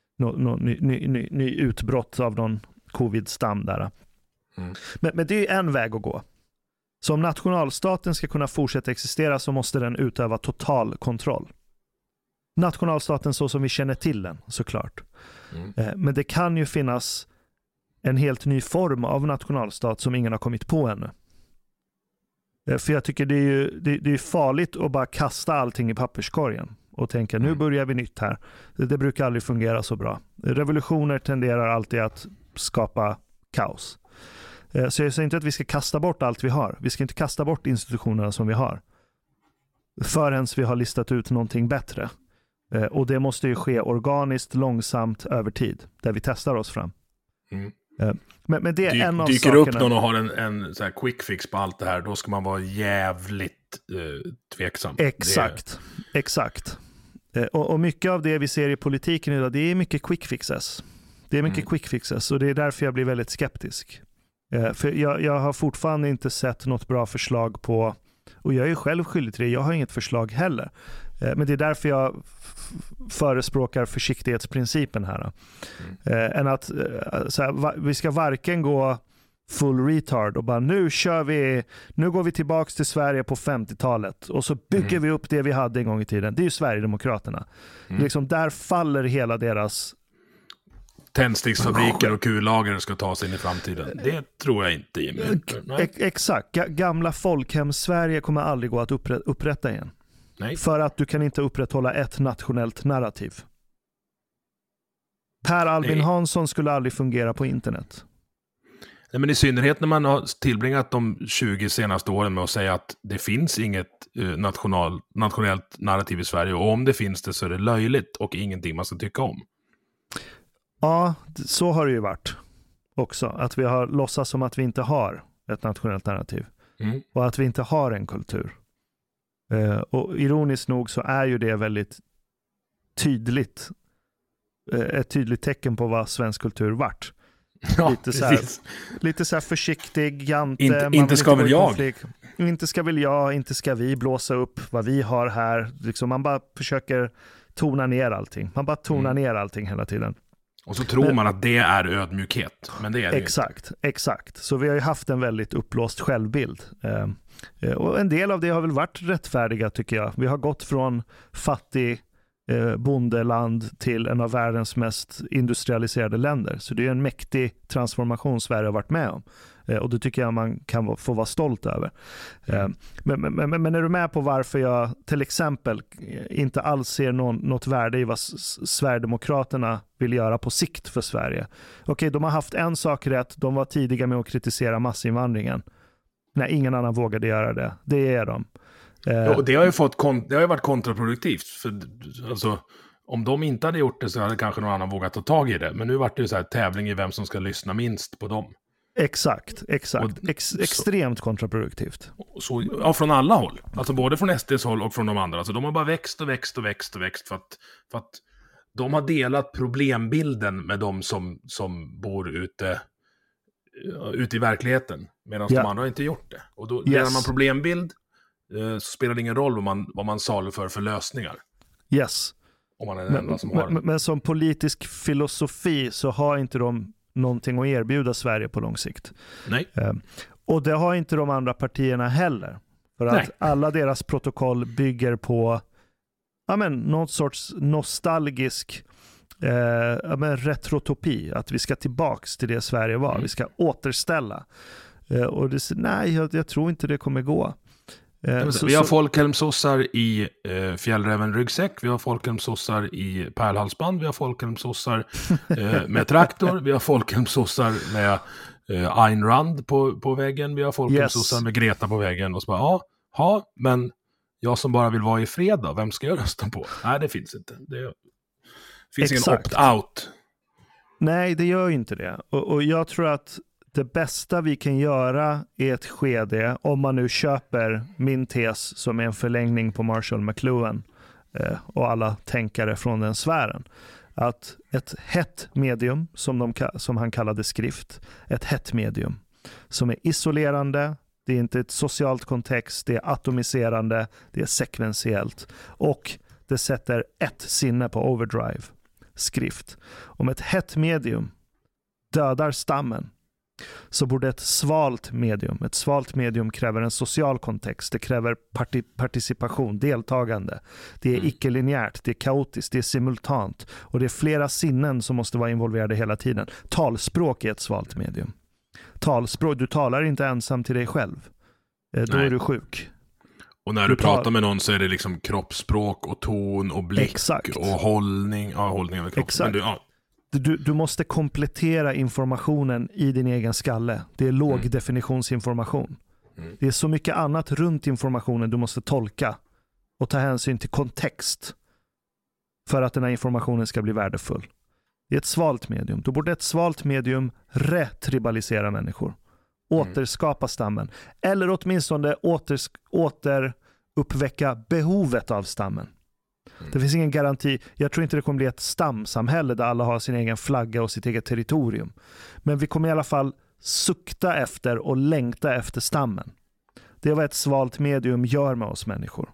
Speaker 4: ny utbrott av någon covid-stam där. Men det är ju en väg att gå. Så om nationalstaten ska kunna fortsätta existera så måste den utöva total kontroll. Nationalstaten så som vi känner till den, såklart. Men det kan ju finnas en helt ny form av nationalstat som ingen har kommit på ännu. För jag tycker det är farligt att bara kasta allting i papperskorgen och tänka nu börjar vi nytt här. Det brukar aldrig fungera så bra. Revolutioner tenderar alltid att skapa kaos. Så jag säger inte att vi ska kasta bort allt vi har. Vi ska inte kasta bort institutionerna som vi har. Förrän vi har listat ut någonting bättre. Och det måste ju ske organiskt, långsamt, över tid. Där vi testar oss fram. Men det är en av
Speaker 3: dyker
Speaker 4: sakerna.
Speaker 3: Upp någon och har en så här quick fix på allt det här, då ska man vara jävligt tveksam.
Speaker 4: Exakt. Och mycket av det vi ser i politiken idag, det är mycket quick fixes. Och det är därför jag blir väldigt skeptisk. För jag har fortfarande inte sett något bra förslag på, och jag är ju själv skyldig till det, jag har inget förslag heller. Men det är därför jag förespråkar försiktighetsprincipen här. Än att vi ska varken gå full retard och bara nu går vi tillbaks till Sverige på 50-talet och så bygger vi upp det vi hade en gång i tiden. Det är ju Sverigedemokraterna. Liksom där faller hela deras
Speaker 3: tändsticksfabriker och kullager ska ta sig in i framtiden. Det tror jag inte, Jimmy.
Speaker 4: Exakt. Gamla folkhem-Sverige kommer aldrig gå att upprätta igen. Nej. För att du kan inte upprätthålla ett nationellt narrativ. Per Albin Hansson skulle aldrig fungera på internet.
Speaker 3: Nej, men i synnerhet när man har tillbringat de 20 senaste åren med att säga att det finns inget nationellt narrativ i Sverige, och om det finns det så är det löjligt och ingenting man ska tycka om.
Speaker 4: Ja, så har det ju varit också. Att vi har låtsats som att vi inte har ett nationellt narrativ. Och att vi inte har en kultur. Och ironiskt nog så är ju det väldigt tydligt. Ett tydligt tecken på vad svensk kultur vart.
Speaker 3: Ja,
Speaker 4: lite så här försiktig, jante.
Speaker 3: Inte ska väl jag.
Speaker 4: Inte ska väl jag, inte ska vi blåsa upp vad vi har här. Liksom man bara försöker tona ner allting. Man bara tonar ner allting hela tiden.
Speaker 3: Och så tror man att det är ödmjukhet, men det är det
Speaker 4: exakt. Så vi har ju haft en väldigt uppblåst självbild. Och en del av det har väl varit rättfärdiga, tycker jag. Vi har gått från fattig bondeland till en av världens mest industrialiserade länder. Så det är en mäktig transformation Sverige har varit med om. Och det tycker jag man kan få vara stolt över. Men är du med på varför jag till exempel inte alls ser något värde i vad Sverigedemokraterna vill göra på sikt för Sverige? Okej, de har haft en sak rätt. De var tidiga med att kritisera massinvandringen. Nej, ingen annan vågade göra det. Det är de.
Speaker 3: Det har ju varit kontraproduktivt. För, alltså, om de inte hade gjort det så hade kanske någon annan vågat ta tag i det. Men nu vart det ju så här tävling i vem som ska lyssna minst på dem.
Speaker 4: Exakt. Extremt kontraproduktivt.
Speaker 3: Ja, från alla håll. Alltså både från SDs håll och från de andra. Alltså de har bara växt för att de har delat problembilden med de som bor ute i verkligheten. Medan de andra har inte gjort det. Och då delar man problembild, så spelar det ingen roll vad man saluför för lösningar.
Speaker 4: Yes.
Speaker 3: Om man är den enda som har det.
Speaker 4: Men som politisk filosofi så har inte de någonting att erbjuda Sverige på lång sikt.
Speaker 3: Nej.
Speaker 4: Och det har inte de andra partierna heller. För att alla deras protokoll bygger på någon sorts nostalgisk retrotopi. Att vi ska tillbaks till det Sverige var. Vi ska återställa. Och jag tror inte det kommer gå.
Speaker 3: Vi har folkhemsossar i fjällräven-ryggsäck, vi har folkhemsossar i pärlhalsband, vi har folkhemsossar med traktor, vi har folkhemsossar med Ayn Rand på väggen, vi har folkhemsossar med Greta på väggen. Och så bara, men jag som bara vill vara i fred då, vem ska jag rösta på? Nej, det finns inte. Det finns ingen opt-out.
Speaker 4: Nej, det gör ju inte det. Och jag tror att det bästa vi kan göra i ett skede, om man nu köper min tes som är en förlängning på Marshall McLuhan och alla tänkare från den sfären, att ett hett medium, som han kallade skrift, ett hett medium som är isolerande, det är inte ett socialt kontext, det är atomiserande, det är sekventiellt och det sätter ett sinne på overdrive, skrift. Om ett hett medium dödar stammen, så borde ett svalt medium kräver en social kontext, det kräver participation, deltagande, det är icke-linjärt, det är kaotiskt, det är simultant och det är flera sinnen som måste vara involverade hela tiden. Talspråk är ett svalt medium. Talspråk, du talar inte ensam till dig själv, då är du sjuk.
Speaker 3: Och när du pratar med någon så är det liksom kroppsspråk och ton och blick och hållning. Ja, hållning över kroppen.
Speaker 4: Exakt. Du måste komplettera informationen i din egen skalle. Det är lågdefinitionsinformation. Det är så mycket annat runt informationen du måste tolka och ta hänsyn till kontext för att den här informationen ska bli värdefull. Det är ett svalt medium. Då borde ett svalt medium retribalisera människor. Återskapa stammen. Eller åtminstone återuppväcka behovet av stammen. Det finns ingen garanti. Jag tror inte det kommer bli ett stamsamhälle där alla har sin egen flagga och sitt eget territorium. Men vi kommer i alla fall sukta efter och längta efter stammen. Det är vad ett svalt medium gör med oss människor.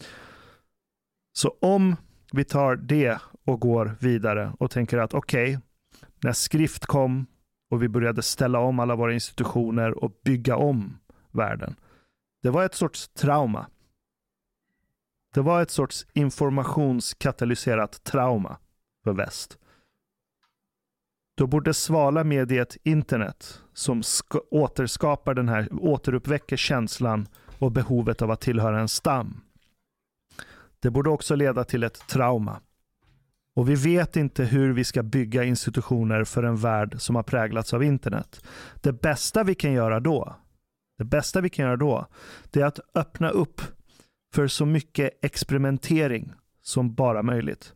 Speaker 4: Så om vi tar det och går vidare och tänker att okej, när skrift kom och vi började ställa om alla våra institutioner och bygga om världen. Det var ett sorts trauma. Det var ett sorts informationskatalyserat trauma för väst. Då borde svala mediet internet som återskapar den här, återuppväcker känslan och behovet av att tillhöra en stam. Det borde också leda till ett trauma. Och vi vet inte hur vi ska bygga institutioner för en värld som har präglats av internet. Det bästa vi kan göra då, det är att öppna upp för så mycket experimentering som bara möjligt.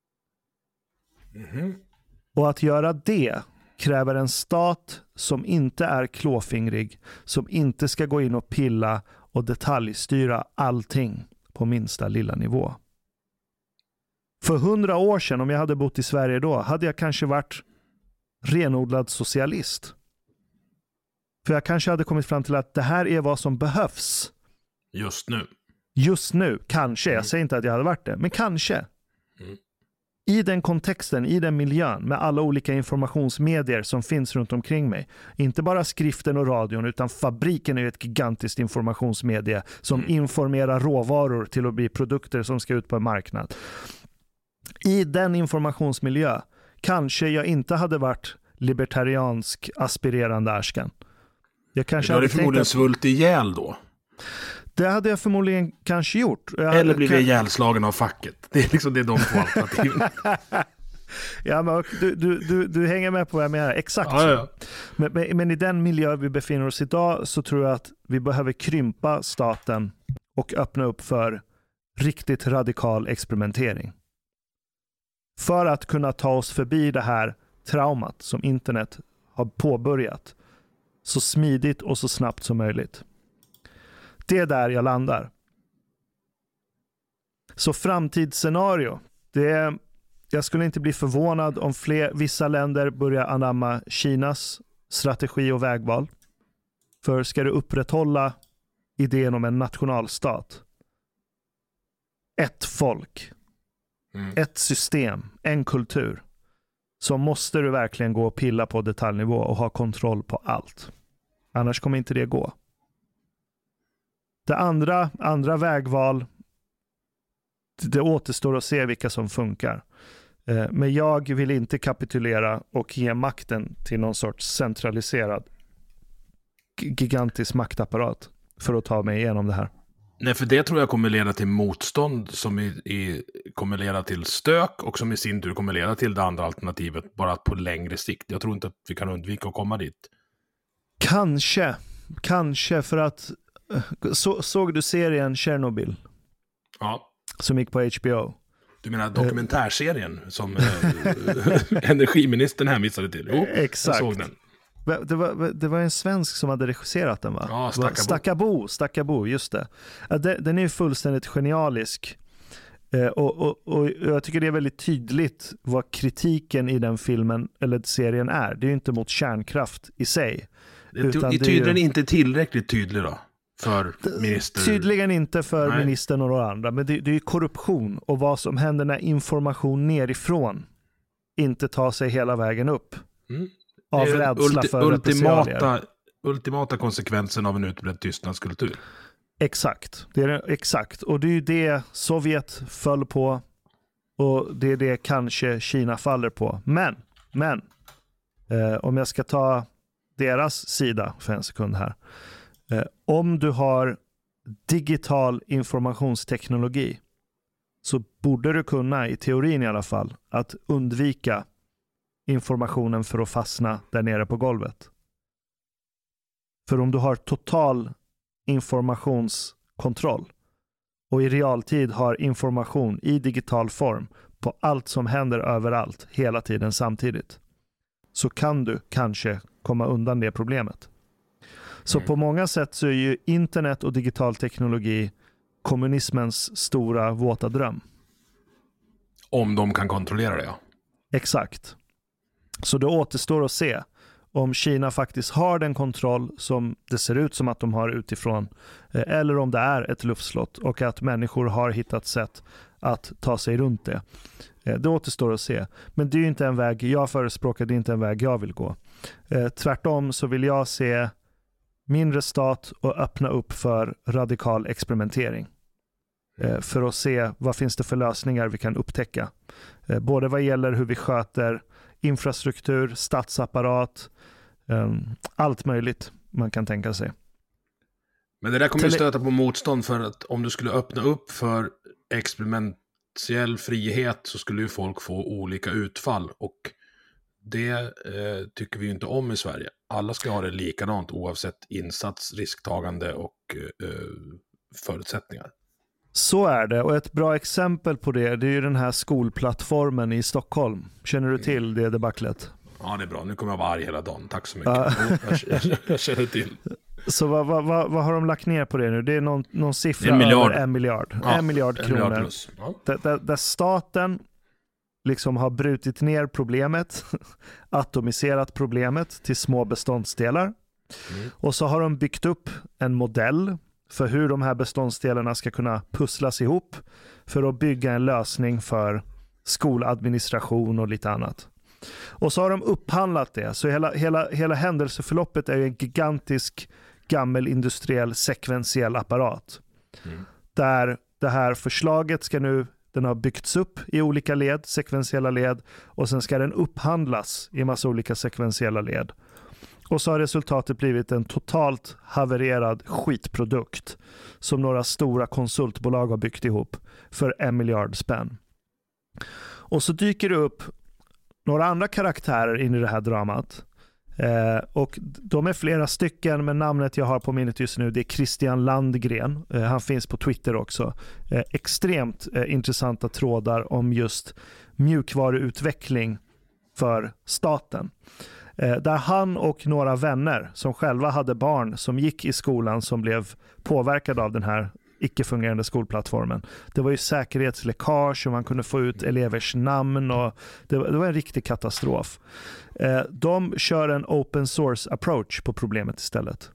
Speaker 4: Och att göra det kräver en stat som inte är klåfingrig, som inte ska gå in och pilla och detaljstyra allting på minsta lilla nivå. För 100 år sedan, om jag hade bott i Sverige då, hade jag kanske varit renodlad socialist. För jag kanske hade kommit fram till att det här är vad som behövs. Just nu, kanske. Jag säger inte att jag hade varit det, men kanske. I den kontexten, i den miljön, med alla olika informationsmedier som finns runt omkring mig. Inte bara skriften och radion, utan fabriken är ju ett gigantiskt informationsmedie som informerar råvaror till att bli produkter som ska ut på en marknad. I den informationsmiljö kanske jag inte hade varit libertariansk aspirerande ärskan. Jag kanske
Speaker 3: hade förmodligen svultit ihjäl då.
Speaker 4: Det hade jag förmodligen kanske gjort.
Speaker 3: Eller blivit ihjälslagen av facket. Det är liksom de två alternativen.
Speaker 4: Ja, men du hänger med på vad jag menar. Exakt så.
Speaker 3: Ja.
Speaker 4: Men i den miljö vi befinner oss idag så tror jag att vi behöver krympa staten och öppna upp för riktigt radikal experimentering. För att kunna ta oss förbi det här traumat som internet har påbörjat så smidigt och så snabbt som möjligt. Det är där jag landar. Så framtidsscenario, jag skulle inte bli förvånad om vissa länder börjar anamma Kinas strategi och vägval. För ska du upprätthålla idén om en nationalstat, ett folk, ett system, en kultur, så måste du verkligen gå och pilla på detaljnivå och ha kontroll på allt. Annars kommer inte det gå. Det andra vägval, det återstår att se vilka som funkar. Men jag vill inte kapitulera och ge makten till någon sorts centraliserad gigantisk maktapparat för att ta mig igenom det här.
Speaker 3: Nej, för det tror jag kommer leda till motstånd som kommer leda till stök och som i sin tur kommer leda till det andra alternativet bara på längre sikt. Jag tror inte att vi kan undvika att komma dit. Kanske för att
Speaker 4: såg du serien Chernobyl?
Speaker 3: Ja.
Speaker 4: Som gick på HBO.
Speaker 3: Du menar dokumentärserien som energiministern hänvisade till? Jo,
Speaker 4: exakt.
Speaker 3: Jag såg den.
Speaker 4: Det var en svensk som hade regisserat den, va?
Speaker 3: Ja,
Speaker 4: Stackabo, just det. Den är ju fullständigt genialisk. Och jag tycker det är väldigt tydligt vad kritiken i den filmen eller serien är. Det är ju inte mot kärnkraft i sig.
Speaker 3: Det är tydligen inte tillräckligt tydlig då för minister.
Speaker 4: Tydligen inte för ministern och några andra. Men det är ju korruption och vad som händer när information nerifrån inte tar sig hela vägen upp. Av rädsla för repressalier.
Speaker 3: Ultimata konsekvensen av en utbredd tystnadskultur.
Speaker 4: Exakt. Exakt. Och det är ju det Sovjet föll på. Och det är det kanske Kina faller på. Men om jag ska ta deras sida för en sekund här. Om du har digital informationsteknologi så borde du kunna, i teorin i alla fall, att undvika informationen för att fastna där nere på golvet. För om du har total informationskontroll och i realtid har information i digital form på allt som händer överallt hela tiden samtidigt, så kan du kanske komma undan det problemet. Så på många sätt så är ju internet och digital teknologi kommunismens stora våta dröm.
Speaker 3: Om de kan kontrollera det, ja.
Speaker 4: Exakt. Så det återstår att se om Kina faktiskt har den kontroll som det ser ut som att de har utifrån, eller om det är ett luftslott och att människor har hittat sätt att ta sig runt det. Det återstår att se. Men det är ju inte en väg jag förespråkar, det är inte en väg jag vill gå. Tvärtom så vill jag se mindre stat och öppna upp för radikal experimentering. För att se vad finns det för lösningar vi kan upptäcka. Både vad gäller hur vi sköter infrastruktur, statsapparat, allt möjligt man kan tänka sig.
Speaker 3: Men det där kommer ju stöta på motstånd, för att om du skulle öppna upp för experimentell frihet så skulle ju folk få olika utfall, och det tycker vi ju inte om i Sverige. Alla ska ha det likadant oavsett insats, risktagande och förutsättningar. Så är det, och ett bra exempel på det är ju den här skolplattformen i Stockholm. Känner du till det debaclet? Ja, det är bra. Nu kommer jag vara arg hela dagen. Tack så mycket. Jag känner till. Så vad har de lagt ner på det nu? Det är någon siffra över 1 miljard. Ja, 1 miljard kronor. Ja. Där staten liksom har brutit ner problemet, atomiserat problemet till små beståndsdelar. Och så har de byggt upp en modell för hur de här beståndsdelarna ska kunna pusslas ihop för att bygga en lösning för skoladministration och lite annat. Och så har de upphandlat det. Så hela händelseförloppet är ju en gigantisk gammal industriell sekventiell apparat. Där det här förslaget ska nu
Speaker 4: Den har byggts upp i olika led, sekventiella led, och sen ska den upphandlas i massa olika sekventiella led. Och så har resultatet blivit en totalt havererad skitprodukt som några stora konsultbolag har byggt ihop för 1 miljard spänn. Och så dyker det upp några andra karaktärer in i det här dramat. Och de är flera stycken, men namnet jag har på minnet just nu, det är Christian Landgren. Han finns på Twitter också. Extremt intressanta trådar om just mjukvaruutveckling för staten. Där han och några vänner som själva hade barn som gick i skolan som blev påverkade av den här icke-fungerande skolplattformen. Det var ju säkerhetsläckage och man kunde få ut elevers namn och det var en riktig katastrof. De kör en open source approach på problemet istället.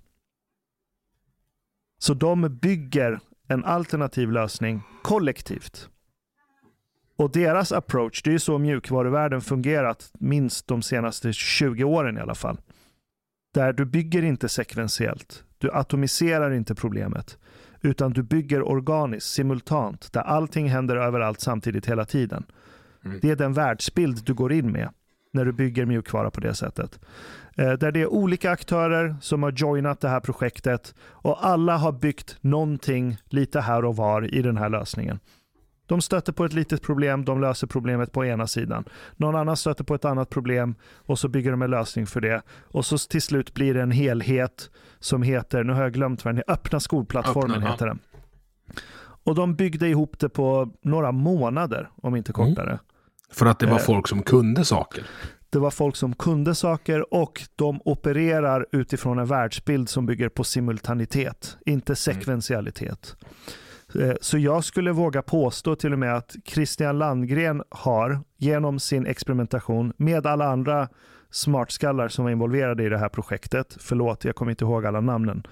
Speaker 4: Så de bygger en alternativ lösning kollektivt. Och deras approach, det är ju så mjukvaruvärlden fungerat minst de senaste 20 åren i alla fall. Där du bygger inte sekventiellt. Du atomiserar inte problemet. Utan du bygger organiskt, simultant. Där allting händer överallt samtidigt hela tiden. Det är den världsbild du går in med när du bygger mjukvara på det sättet. Där det är olika aktörer som har joinat det här projektet. Och alla har byggt någonting lite här och var i den här lösningen. De stöter på ett litet problem, de löser problemet på ena sidan. Någon annan stöter på ett annat problem och så bygger de en lösning för det. Och så till slut blir det en helhet som heter, nu har jag glömt vad den är, öppna skolplattformen heter den. Och de byggde ihop det på några månader, om inte kortare.
Speaker 3: För att det var folk som kunde saker.
Speaker 4: Det var folk som kunde saker och de opererar utifrån en världsbild som bygger på simultanitet, inte sekventialitet. Så jag skulle våga påstå till och med att Christian Landgren har genom sin experimentation med alla andra smartskallar som var involverade i det här projektet, förlåt jag kommer inte ihåg alla namnen,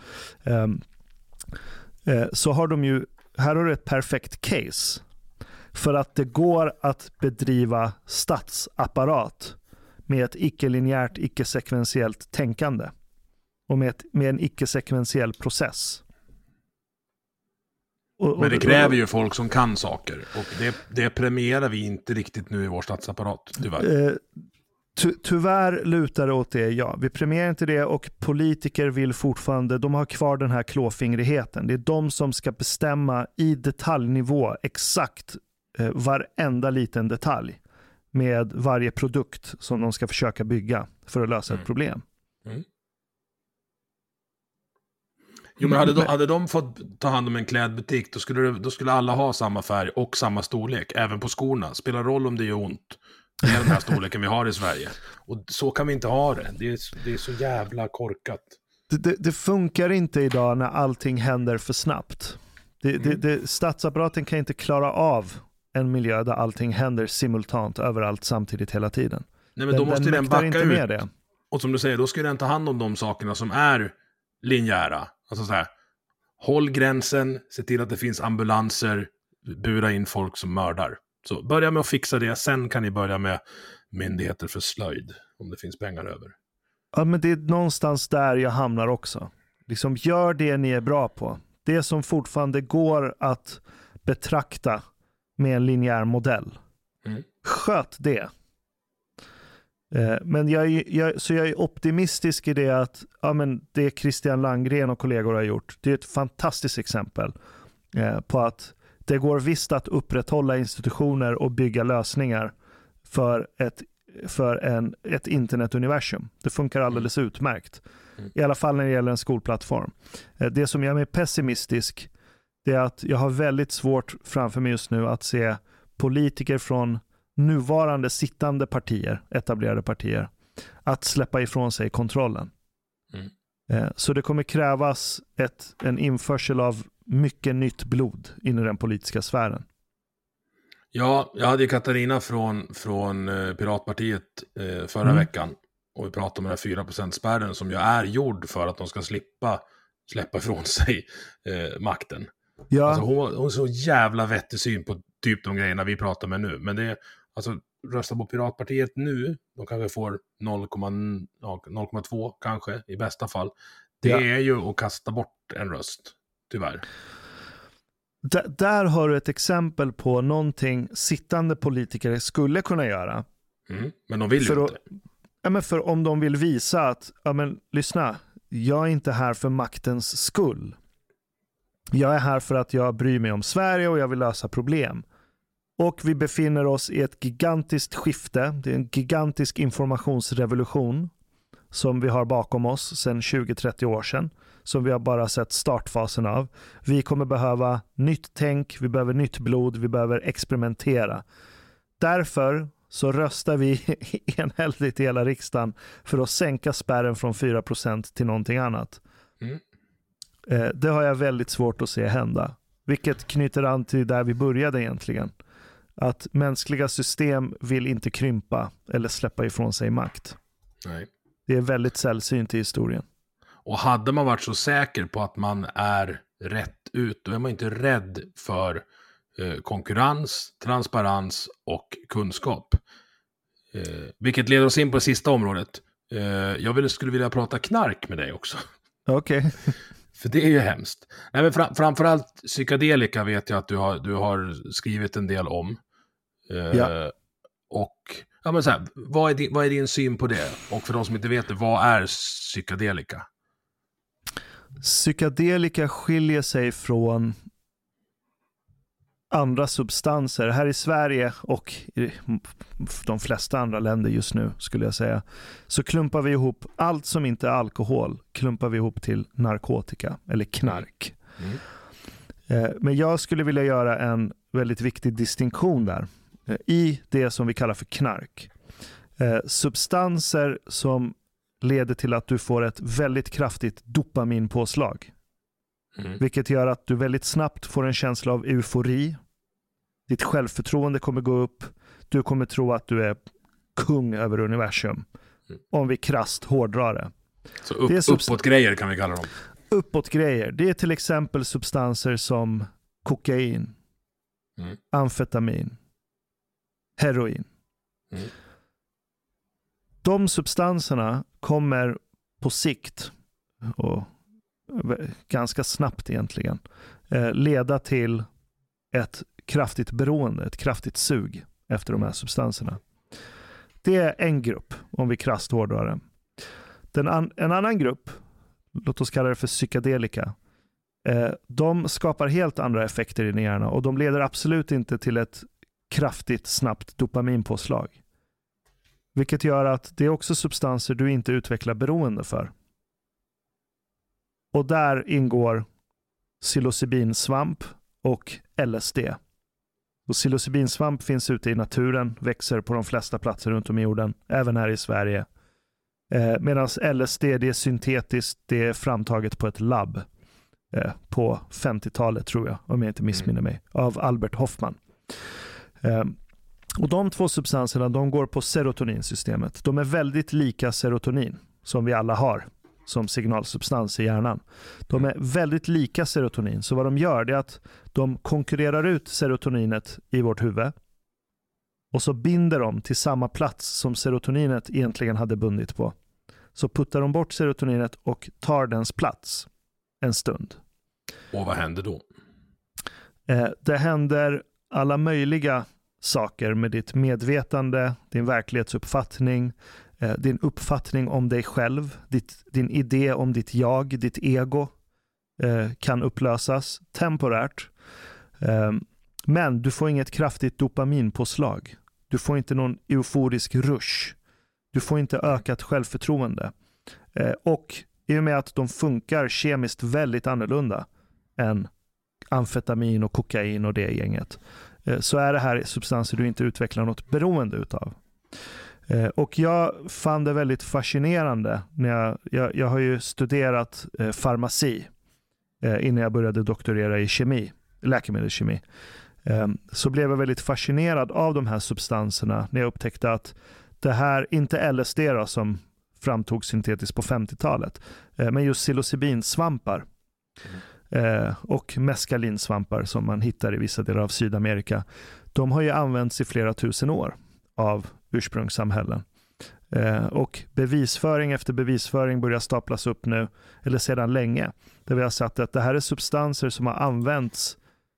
Speaker 4: så har de ju, här har du ett perfekt case för att det går att bedriva statsapparat med ett icke-linjärt, icke-sekventiellt tänkande och med en icke-sekventiell process.
Speaker 3: Men det kräver ju folk som kan saker. Och det premierar vi inte riktigt nu i vår statsapparat, tyvärr.
Speaker 4: Tyvärr lutar det åt det, ja. Vi premierar inte det och politiker vill fortfarande, de har kvar den här klåfingrigheten. Det är de som ska bestämma i detaljnivå exakt varenda liten detalj med varje produkt som de ska försöka bygga för att lösa ett problem.
Speaker 3: Jo, men hade de fått ta hand om en klädbutik, då skulle alla ha samma färg och samma storlek, även på skorna. Spelar roll om det gör ont. Det är den här storleken vi har i Sverige. Och så kan vi inte ha det. Det är så jävla korkat.
Speaker 4: Det funkar inte idag när allting händer för snabbt. Statsapparaten kan inte klara av en miljö där allting händer simultant överallt samtidigt hela tiden.
Speaker 3: Nej, men då måste den backa
Speaker 4: inte
Speaker 3: ut.
Speaker 4: Med det.
Speaker 3: Och som du säger, då ska den ta hand om de sakerna som är linjära. Alltså så här, håll gränsen, se till att det finns ambulanser, bura in folk som mördar. Så börja med att fixa det, sen kan ni börja med myndigheter för slöjd, om det finns pengar över.
Speaker 4: Ja, men det är någonstans där jag hamnar också. Liksom, gör det ni är bra på. Det som fortfarande går att betrakta med en linjär modell. Sköt det. Men jag är optimistisk i det att det Christian Landgren och kollegor har gjort, det är ett fantastiskt exempel på att det går visst att upprätthålla institutioner och bygga lösningar för ett internetuniversum. Det funkar alldeles utmärkt. I alla fall när det gäller en skolplattform. Det som gör mig pessimistisk, det är att jag har väldigt svårt framför mig just nu att se politiker från nuvarande sittande partier, etablerade partier, att släppa ifrån sig kontrollen. Så det kommer krävas en införsel av mycket nytt blod in i den politiska sfären. Ja,
Speaker 3: jag hade Katarina från Piratpartiet förra veckan och vi pratade om den här 4%-spärren som ju är gjord för att de ska släppa ifrån sig makten. Ja. Alltså hon har så jävla vettig syn på typ de grejerna vi pratar med nu. Men det är, alltså rösta på Piratpartiet nu, de kanske får 0,2 kanske i bästa fall. Det är ju att kasta bort en röst, tyvärr.
Speaker 4: Där har du ett exempel på någonting sittande politiker skulle kunna göra.
Speaker 3: Men de vill ju inte.
Speaker 4: Men för om de vill visa att, lyssna, jag är inte här för maktens skull. Jag är här för att jag bryr mig om Sverige och jag vill lösa problem. Och vi befinner oss i ett gigantiskt skifte. Det är en gigantisk informationsrevolution som vi har bakom oss sedan 20-30 år sedan. Som vi har bara sett startfasen av. Vi kommer behöva nytt tänk, vi behöver nytt blod, vi behöver experimentera. Därför så röstar vi enhälligt i hela riksdagen för att sänka spärren från 4% till någonting annat. Det har jag väldigt svårt att se hända. Vilket knyter an till där vi började egentligen. Att mänskliga system vill inte krympa eller släppa ifrån sig makt.
Speaker 3: Nej.
Speaker 4: Det är väldigt sällsynt i historien.
Speaker 3: Och hade man varit så säker på att man är rätt ut, då är man inte rädd för konkurrens, transparens och kunskap. Vilket leder oss in på det sista området. Jag skulle vilja prata knark med dig också.
Speaker 4: Okej. Okay.
Speaker 3: För det är ju hemskt. Nej, men framförallt psykedelika vet jag att du har skrivit en del om.
Speaker 4: Ja.
Speaker 3: Och men så här, vad är din syn på det? Och för de som inte vet det, vad är psykedelika?
Speaker 4: Psykedelika skiljer sig från andra substanser. Här i Sverige och i de flesta andra länder just nu skulle jag säga, så klumpar vi ihop allt som inte är alkohol, klumpar vi ihop till narkotika eller knark. Men jag skulle vilja göra en väldigt viktig distinktion där i det som vi kallar för knark. Substanser som leder till att du får ett väldigt kraftigt dopaminpåslag. Vilket gör att du väldigt snabbt får en känsla av eufori. Ditt självförtroende kommer gå upp. Du kommer tro att du är kung över universum. Om vi krasst hårdrar det.
Speaker 3: Så uppåt-grejer kan vi kalla dem.
Speaker 4: Uppåt-grejer. Det är till exempel substanser som kokain, amfetamin, heroin. De substanserna kommer på sikt och ganska snabbt egentligen leda till ett kraftigt beroende, ett kraftigt sug efter de här substanserna. Det är en grupp, om vi krasst hårdrar det. En annan grupp, låt oss kalla det för psykedelika, de skapar helt andra effekter i din hjärna och de leder absolut inte till ett kraftigt, snabbt dopaminpåslag. Vilket gör att det är också substanser du inte utvecklar beroende för. Och där ingår psilocybinsvamp och LSD. Och psilocybinsvamp finns ute i naturen, växer på de flesta platser runt om i jorden, även här i Sverige. Medan LSD, det är syntetiskt, det är framtaget på ett labb på 50-talet tror jag, om jag inte missminner mig, av Albert Hoffman. Och de två substanserna, de går på serotoninsystemet. De är väldigt lika serotonin som vi alla har som signalsubstans i hjärnan. De är väldigt lika serotonin. Så vad de gör det är att de konkurrerar ut serotoninet i vårt huvud och så binder de till samma plats som serotoninet egentligen hade bundit på. Så puttar de bort serotoninet och tar dens plats en stund.
Speaker 3: Och vad händer då?
Speaker 4: Det händer alla möjliga saker med ditt medvetande, din verklighetsuppfattning, din uppfattning om dig själv, din idé om ditt jag, ditt ego kan upplösas temporärt. Men du får inget kraftigt dopaminpåslag. Du får inte någon euforisk rush. Du får inte ökat självförtroende. Och i och med att de funkar kemiskt väldigt annorlunda än amfetamin och kokain och det gänget, så är det här substanser du inte utvecklar något beroende utav. Och jag fann det väldigt fascinerande när jag har ju studerat farmaci innan jag började doktorera i kemi, läkemedelskemi. Så blev jag väldigt fascinerad av de här substanserna när jag upptäckte att det här, inte LSD då, som framtogs syntetiskt på 50-talet, men just psilocybinsvampar och mescalinsvampar som man hittar i vissa delar av Sydamerika, de har ju använts i flera tusen år av ursprungssamhällen. Och bevisföring efter bevisföring börjar staplas upp nu, eller sedan länge, där vi har sett att det här är substanser som har använts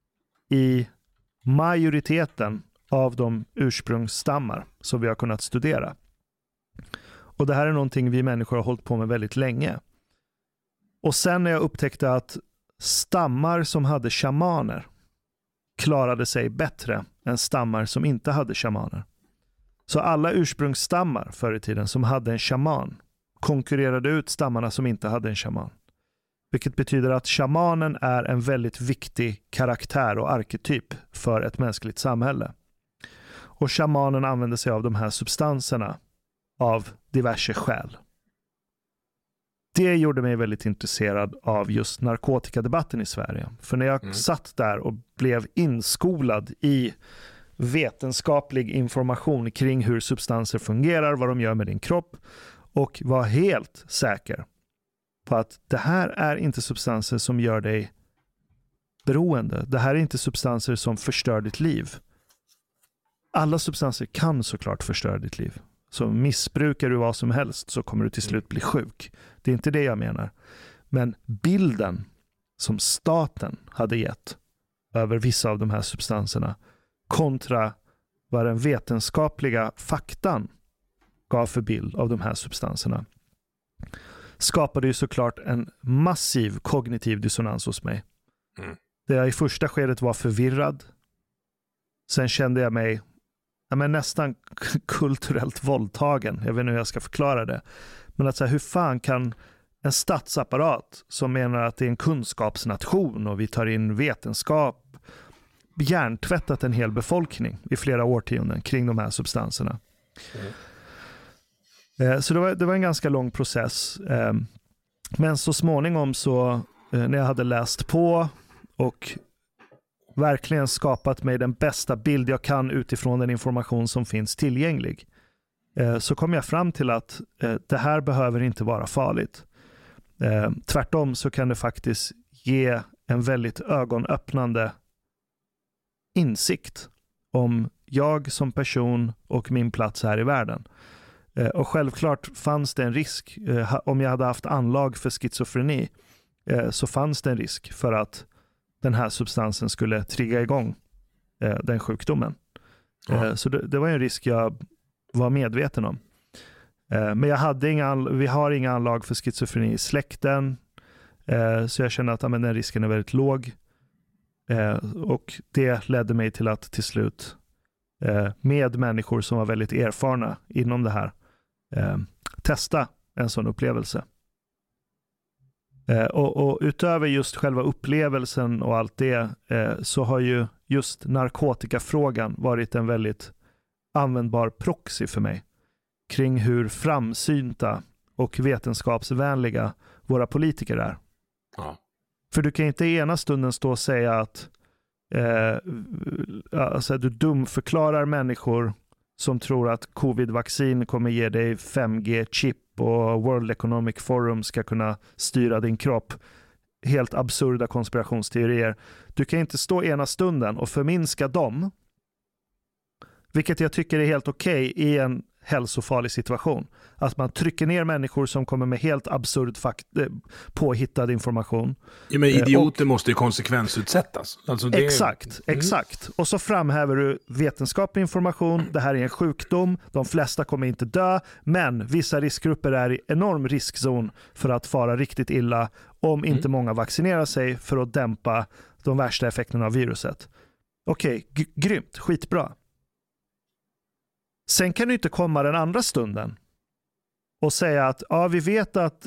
Speaker 4: i majoriteten av de ursprungsstammar som vi har kunnat studera. Och det här är någonting vi människor har hållit på med väldigt länge. Och sen när jag upptäckte att stammar som hade shamaner klarade sig bättre än stammar som inte hade shamaner. Så alla ursprungsstammar förr i tiden som hade en shaman konkurrerade ut stammarna som inte hade en shaman. Vilket betyder att shamanen är en väldigt viktig karaktär och arketyp för ett mänskligt samhälle. Och shamanen använder sig av de här substanserna av diverse skäl. Det gjorde mig väldigt intresserad av just narkotikadebatten i Sverige. För när jag satt där och blev inskolad i vetenskaplig information kring hur substanser fungerar, vad de gör med din kropp, och var helt säker på att det här är inte substanser som gör dig beroende. Det här är inte substanser som förstör ditt liv. Alla substanser kan såklart förstöra ditt liv. Så missbrukar du vad som helst så kommer du till slut bli sjuk. Det är inte det jag menar. Men bilden som staten hade gett över vissa av de här substanserna kontra vad den vetenskapliga faktan gav för bild av de här substanserna skapade ju såklart en massiv kognitiv dissonans hos mig. Där jag i första skedet var förvirrad. Sen kände jag mig nästan kulturellt våldtagen. Jag vet inte hur jag ska förklara det. Men att så här, hur fan kan en statsapparat som menar att det är en kunskapsnation och vi tar in vetenskap hjärntvättat en hel befolkning i flera årtionden kring de här substanserna. Så det var en ganska lång process. Men så småningom så när jag hade läst på och verkligen skapat mig den bästa bild jag kan utifrån den information som finns tillgänglig, så kom jag fram till att det här behöver inte vara farligt. Tvärtom så kan det faktiskt ge en väldigt ögonöppnande insikt om jag som person och min plats här i världen. Och självklart fanns det en risk, om jag hade haft anlag för schizofreni, så fanns det en risk för att den här substansen skulle trigga igång den sjukdomen. Så det var en risk jag var medveten om. Men vi har inga anlag för schizofreni i släkten, så jag känner att den risken är väldigt låg. Och det ledde mig till att till slut med människor som var väldigt erfarna inom det här testa en sån upplevelse. Och utöver just själva upplevelsen och allt det, så har ju just narkotikafrågan varit en väldigt användbar proxy för mig kring hur framsynta och vetenskapsvänliga våra politiker är. Ja. För du kan inte i ena stunden stå och säga att du dumförklarar människor som tror att covid-vaccin kommer ge dig 5G-chip och World Economic Forum ska kunna styra din kropp. Helt absurda konspirationsteorier. Du kan inte stå ena stunden och förminska dem, vilket jag tycker är helt okej i en hälsofarlig situation. Att man trycker ner människor som kommer med helt absurd påhittad information.
Speaker 3: Ja, men idioter måste ju konsekvensutsättas. Alltså det...
Speaker 4: Exakt. Och så framhäver du vetenskaplig information. Det här är en sjukdom. De flesta kommer inte dö. Men vissa riskgrupper är i enorm riskzon för att fara riktigt illa om inte många vaccinerar sig för att dämpa de värsta effekterna av viruset. Okej, grymt. Skitbra. Sen kan du inte komma den andra stunden och säga att vi vet att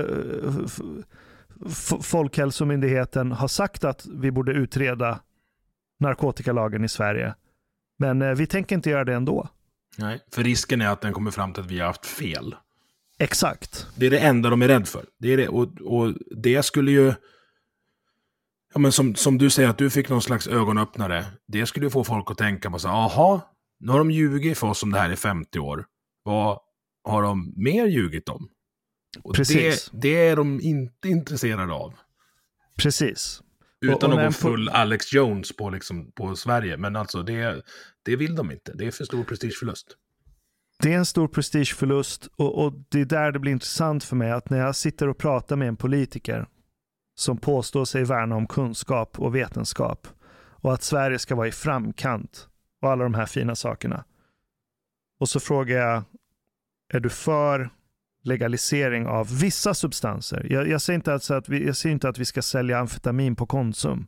Speaker 4: Folkhälsomyndigheten har sagt att vi borde utreda narkotikalagen i Sverige. Men vi tänker inte göra det ändå.
Speaker 3: Nej, för risken är att den kommer fram till att vi har haft fel.
Speaker 4: Exakt.
Speaker 3: Det är det enda de är rädd för. Det är det. Och det skulle ju... Ja, men som du säger att du fick någon slags ögonöppnare. Det skulle ju få folk att tänka på så här, aha, nu har de ljugit för oss om det här i 50 år. Vad har de mer ljugit om? Och precis. Det är de inte intresserade av.
Speaker 4: Precis.
Speaker 3: Utan att gå full Alex Jones på Sverige. Men alltså det vill de inte. Det är för stor prestigeförlust.
Speaker 4: Det är en stor prestigeförlust. Och det är där det blir intressant för mig. Att när jag sitter och pratar med en politiker som påstår sig värna om kunskap och vetenskap. och att Sverige ska vara i framkant och alla de här fina sakerna. Och så frågar jag, är du för legalisering av vissa substanser? Jag säger inte att vi ska sälja amfetamin på Konsum.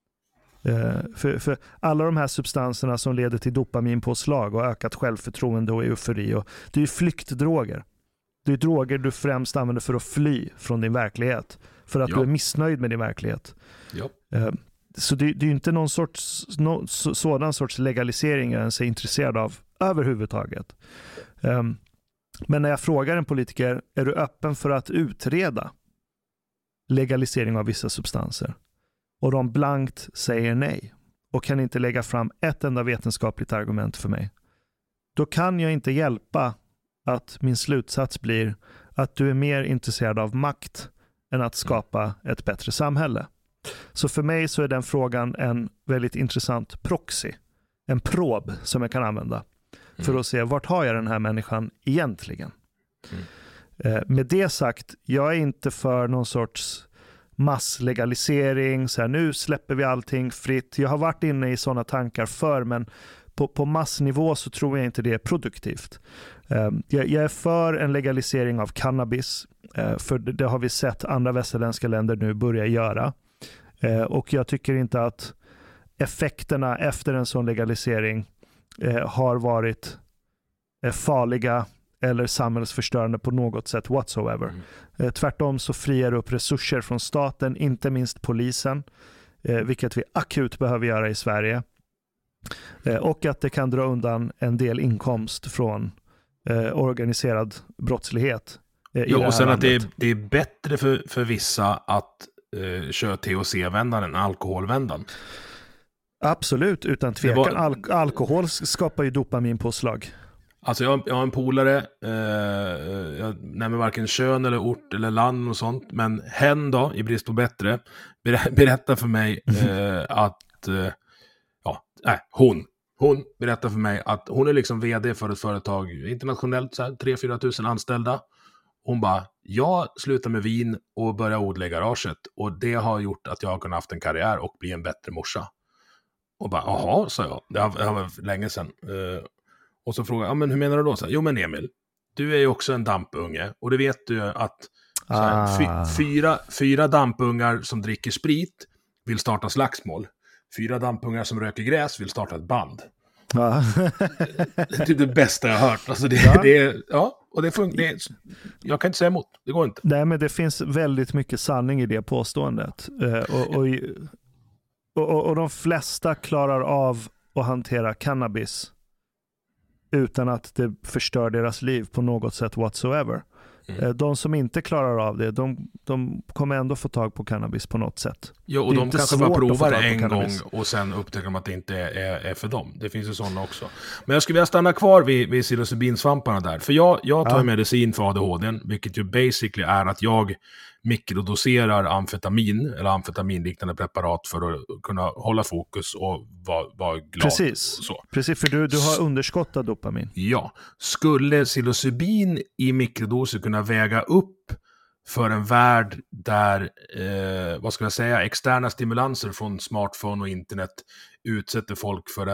Speaker 4: För alla de här substanserna som leder till dopaminpåslag och ökat självförtroende och eufori, och det är ju flyktdroger. Det är droger du främst använder för att fly från din verklighet. För att du är missnöjd med din verklighet. Ja. Så det är ju inte någon sådan sorts legalisering jag ens är intresserad av överhuvudtaget. Men när jag frågar en politiker, är du öppen för att utreda legalisering av vissa substanser? Och de blankt säger nej och kan inte lägga fram ett enda vetenskapligt argument för mig. Då kan jag inte hjälpa att min slutsats blir att du är mer intresserad av makt än att skapa ett bättre samhälle. Så för mig så är den frågan en väldigt intressant proxy. En prob som jag kan använda för att se vart har jag den här människan egentligen. Med det sagt, jag är inte för någon sorts masslegalisering, så här, nu släpper vi allting fritt. Jag har varit inne i sådana tankar förr, men på massnivå så tror jag inte det är produktivt. Jag är för en legalisering av cannabis, för det har vi sett andra västerländska länder nu börja göra. Och jag tycker inte att effekterna efter en sån legalisering har varit farliga eller samhällsförstörande på något sätt whatsoever. Tvärtom så friar upp resurser från staten, inte minst polisen, vilket vi akut behöver göra i Sverige. Och att det kan dra undan en del inkomst från organiserad brottslighet.
Speaker 3: Ja, och sen att det är bättre för vissa att köra THC-vändan än alkoholvändan.
Speaker 4: Absolut, utan tvekan. Alkohol skapar ju dopaminpåslag.
Speaker 3: Alltså jag har en polare, jag nämner varken kön eller ort eller land och sånt, men hen då, i brist på bättre, berättar för mig hon berättar för mig att hon är liksom vd för ett företag internationellt, så här 3-4 tusen anställda. Hon bara, jag slutar med vin och börjar odla i garaget, och det har gjort att jag har kunnat haft en karriär och bli en bättre morsa. Och bara, jaha, sa jag, det var länge sedan. Och så frågar jag, men hur menar du då? Så här, jo men Emil, du är ju också en dampunge, och det vet du att fyra dampungar som dricker sprit vill starta slagsmål. 4 dampungar som röker gräs vill starta ett band. Ja. Det är typ det bästa jag har hört. Alltså och det funkar. Jag kan inte säga emot, det går inte.
Speaker 4: Nej, men det finns väldigt mycket sanning i det påståendet. Och de flesta klarar av att hantera cannabis utan att det förstör deras liv på något sätt whatsoever. De som inte klarar av det, de kommer ändå få tag på cannabis på något sätt.
Speaker 3: Ja, och de kanske bara provar en gång och sen upptäcker de att det inte är för dem. Det finns ju sådana också. Men jag skulle vilja stanna kvar vid psilocybinsvamparna där. För jag tar medicin för ADHD, vilket ju basically är att jag mikrodoserar amfetamin eller amfetaminliknande preparat för att kunna hålla fokus och vara glad.
Speaker 4: Precis, för du har underskott av dopamin.
Speaker 3: Ja, skulle psilocybin i mikrodoser kunna väga upp för en värld där, externa stimulanser från smartphone och internet utsätter folk för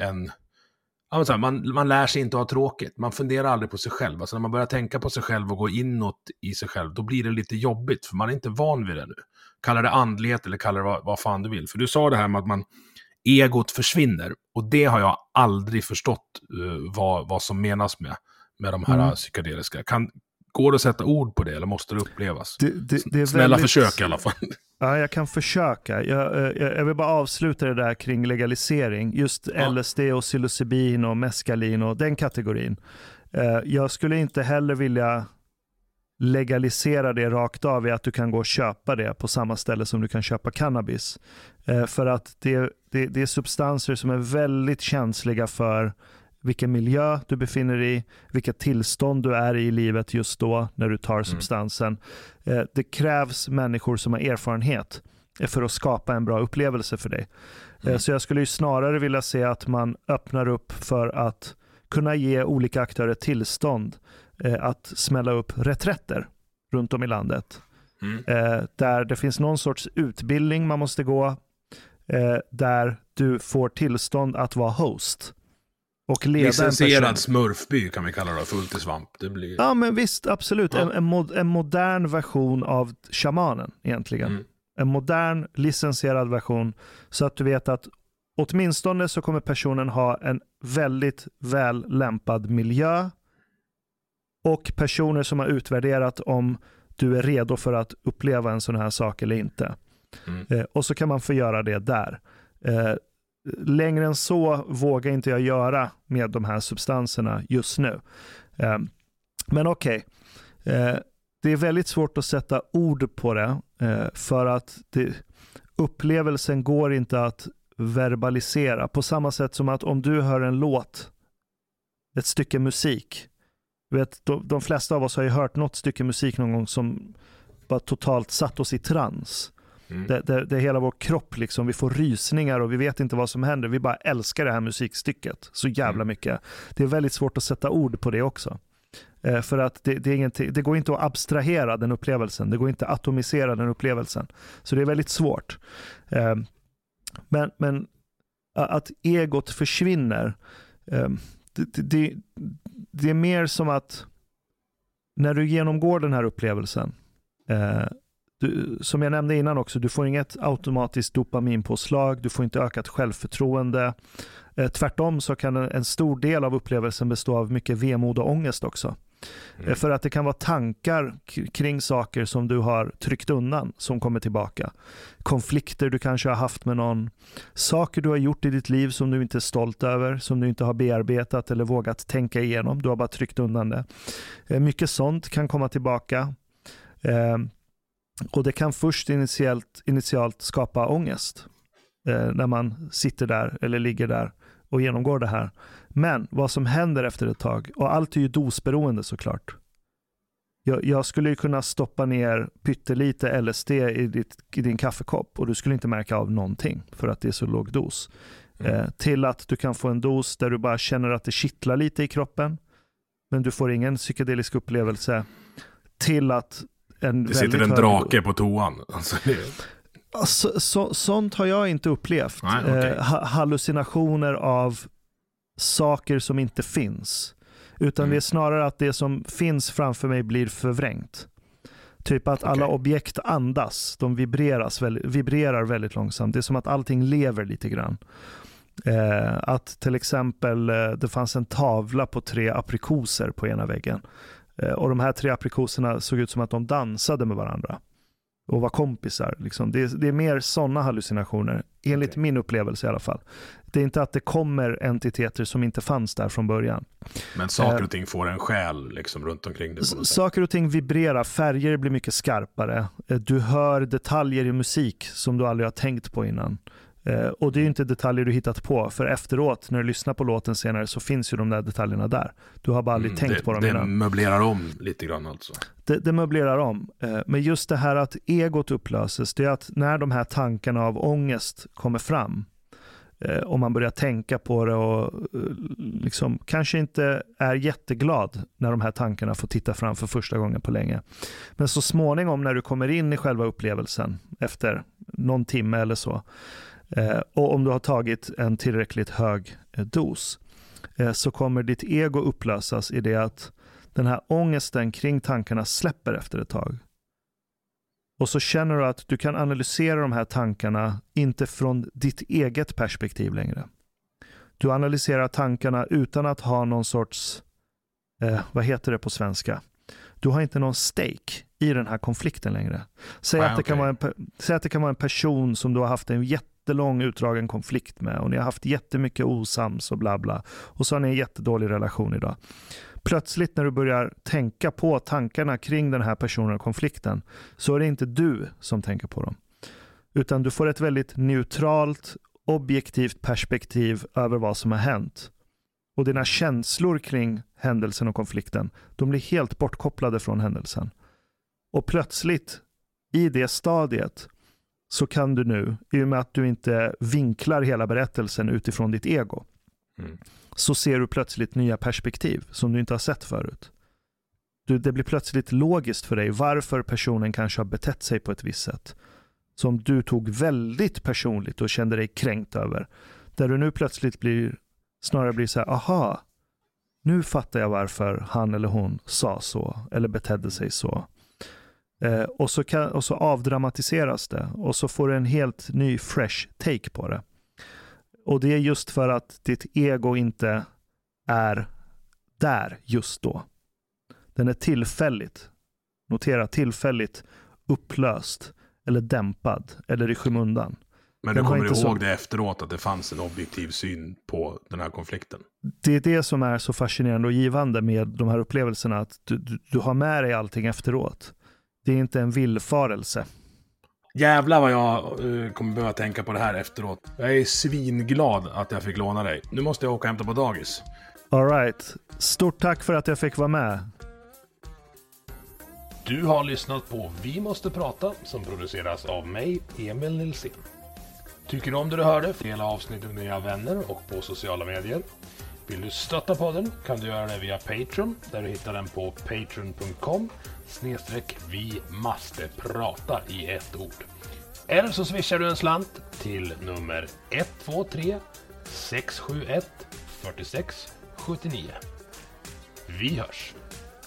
Speaker 3: man lär sig inte att ha tråkigt. Man funderar aldrig på sig själv. Alltså när man börjar tänka på sig själv och gå inåt i sig själv, då blir det lite jobbigt, för man är inte van vid det nu. Kalla det andlighet eller kalla det vad fan du vill. För du sa det här med att egot försvinner, och det har jag aldrig förstått vad som menas med de här psykedeliska. Går det att sätta ord på det, eller måste det upplevas? Det är snälla försök i alla fall.
Speaker 4: Ja, jag kan försöka. Jag vill bara avsluta det där kring legalisering. Just LSD och psilocybin och meskalin och den kategorin. Jag skulle inte heller vilja legalisera det rakt av i att du kan gå och köpa det på samma ställe som du kan köpa cannabis. För att det är substanser som är väldigt känsliga för vilken miljö du befinner dig i, vilket tillstånd du är i livet just då när du tar substansen. Det krävs människor som har erfarenhet för att skapa en bra upplevelse för dig. Så jag skulle ju snarare vilja se att man öppnar upp för att kunna ge olika aktörer tillstånd att smälla upp reträtter runt om i landet. Där det finns någon sorts utbildning man måste gå, där du får tillstånd att vara host. Och leda
Speaker 3: licensierad smurfby kan vi kalla det, fullt i svamp. Det blir...
Speaker 4: Ja, men visst, absolut. Ja. En modern version av shamanen egentligen. En modern licensierad version, så att du vet att åtminstone så kommer personen ha en väldigt väl lämpad miljö och personer som har utvärderat om du är redo för att uppleva en sån här sak eller inte. Och så kan man få göra det där. Längre än så vågar inte jag göra med de här substanserna just nu. Men okej. Det är väldigt svårt att sätta ord på det, för att upplevelsen går inte att verbalisera. På samma sätt som att om du hör en låt, ett stycke musik, vet, de flesta av oss har ju hört något stycke musik någon gång som bara totalt satt oss i trans. Det hela vår kropp liksom, vi får rysningar och vi vet inte vad som händer. Vi bara älskar det här musikstycket så jävla mycket. Det är väldigt svårt att sätta ord på det också. För att det går inte att abstrahera den upplevelsen. Det går inte att atomisera den upplevelsen. Så det är väldigt svårt. Men att egot försvinner, det är mer som att när du genomgår den här upplevelsen, som jag nämnde innan också, du får inget automatiskt dopaminpåslag, du får inte ökat självförtroende. Tvärtom så kan en stor del av upplevelsen bestå av mycket vemod och ångest också. För att det kan vara tankar kring saker som du har tryckt undan som kommer tillbaka. Konflikter du kanske har haft med någon. Saker du har gjort i ditt liv som du inte är stolt över, som du inte har bearbetat eller vågat tänka igenom. Du har bara tryckt undan det. Mycket sånt kan komma tillbaka. Och det kan först initialt skapa ångest när man sitter där eller ligger där och genomgår det här. Men vad som händer efter ett tag, och allt är ju dosberoende såklart. Jag skulle ju kunna stoppa ner pyttelite LSD i din kaffekopp och du skulle inte märka av någonting för att det är så låg dos. Till att du kan få en dos där du bara känner att det kittlar lite i kroppen, men du får ingen psykedelisk upplevelse, till att
Speaker 3: det sitter en drake på toan.
Speaker 4: Sånt har jag inte upplevt.
Speaker 3: Nej, okay.
Speaker 4: Hallucinationer av saker som inte finns. Utan det är snarare att det som finns framför mig blir förvrängt. Typ att alla objekt andas. De vibrerar väldigt långsamt. Det är som att allting lever lite grann. Att till exempel det fanns en tavla på 3 aprikoser på ena väggen. Och de här 3 aprikoserna såg ut som att de dansade med varandra och var kompisar. Liksom. Det är mer sådana hallucinationer, enligt min upplevelse i alla fall. Det är inte att det kommer entiteter som inte fanns där från början.
Speaker 3: Men saker och ting får en själ liksom, runt omkring det.
Speaker 4: Saker och ting vibrerar, färger blir mycket skarpare. Du hör detaljer i musik som du aldrig har tänkt på innan. Och det är ju inte detaljer du hittat på, för efteråt när du lyssnar på låten senare så finns ju de där detaljerna där. Du har bara aldrig tänkt på dem innan.
Speaker 3: Det möblerar om lite grann alltså.
Speaker 4: Det möblerar om. Men just det här att egot upplöses, det är att när de här tankarna av ångest kommer fram, och man börjar tänka på det och liksom kanske inte är jätteglad när de här tankarna får titta fram för första gången på länge. Men så småningom när du kommer in i själva upplevelsen efter någon timme eller så, och om du har tagit en tillräckligt hög dos, så kommer ditt ego upplösas i det att den här ångesten kring tankarna släpper efter ett tag. Och så känner du att du kan analysera de här tankarna inte från ditt eget perspektiv längre. Du analyserar tankarna utan att ha någon sorts, vad heter det på svenska? Du har inte någon stake i den här konflikten längre. Säg att det kan vara en person som du har haft en jättelång utdragen konflikt med, och ni har haft jättemycket osams och bla bla, och så har ni en jättedålig relation idag. Plötsligt när du börjar tänka på tankarna kring den här personen och konflikten, så är det inte du som tänker på dem. Utan du får ett väldigt neutralt, objektivt perspektiv över vad som har hänt. Och dina känslor kring händelsen och konflikten, de blir helt bortkopplade från händelsen. Och plötsligt, i det stadiet, så kan du nu, i och med att du inte vinklar hela berättelsen utifrån ditt ego, så ser du plötsligt nya perspektiv som du inte har sett förut. Det blir plötsligt logiskt för dig varför personen kanske har betett sig på ett visst sätt. som du tog väldigt personligt och kände dig kränkt över. Där du nu plötsligt snarare blir så här, aha, nu fattar jag varför han eller hon sa så eller betedde sig så. Och så avdramatiseras det och så får du en helt ny fresh take på det. Och det är just för att ditt ego inte är där just då. Den är tillfälligt, notera tillfälligt upplöst eller dämpad eller i skymundan.
Speaker 3: Men du kommer ihåg det efteråt att det fanns en objektiv syn på den här konflikten?
Speaker 4: Det är det som är så fascinerande och givande med de här upplevelserna, att du har med dig allting efteråt. Det är inte en villfarelse.
Speaker 3: Jävlar vad jag kommer behöva tänka på det här efteråt. Jag är svinglad att jag fick låna dig. Nu måste jag åka och hämta på dagis.
Speaker 4: All right. Stort tack för att jag fick vara med.
Speaker 3: Du har lyssnat på Vi måste prata, som produceras av mig, Emil Nilsson. Tycker du om det du hörde? Dela avsnittet med dina vänner och på sociala medier. Vill du stötta podden kan du göra det via Patreon, där du hittar den på patreon.com/vi måste prata i ett ord. Eller så swishar du en slant till nummer 123 671 46 79. Vi hörs!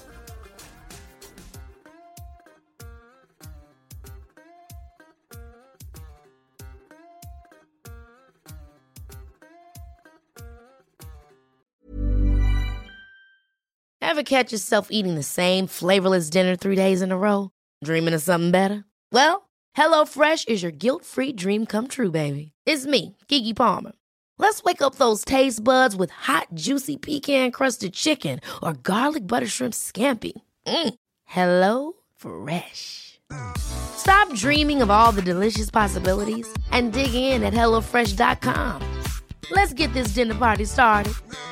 Speaker 2: Ever catch yourself eating the same flavorless dinner 3 days in a row? Dreaming of something better? Well, HelloFresh is your guilt-free dream come true, baby. It's me, Keke Palmer. Let's wake up those taste buds with hot, juicy pecan-crusted chicken or garlic butter shrimp scampi. Hello Fresh. Stop dreaming of all the delicious possibilities and dig in at HelloFresh.com. Let's get this dinner party started.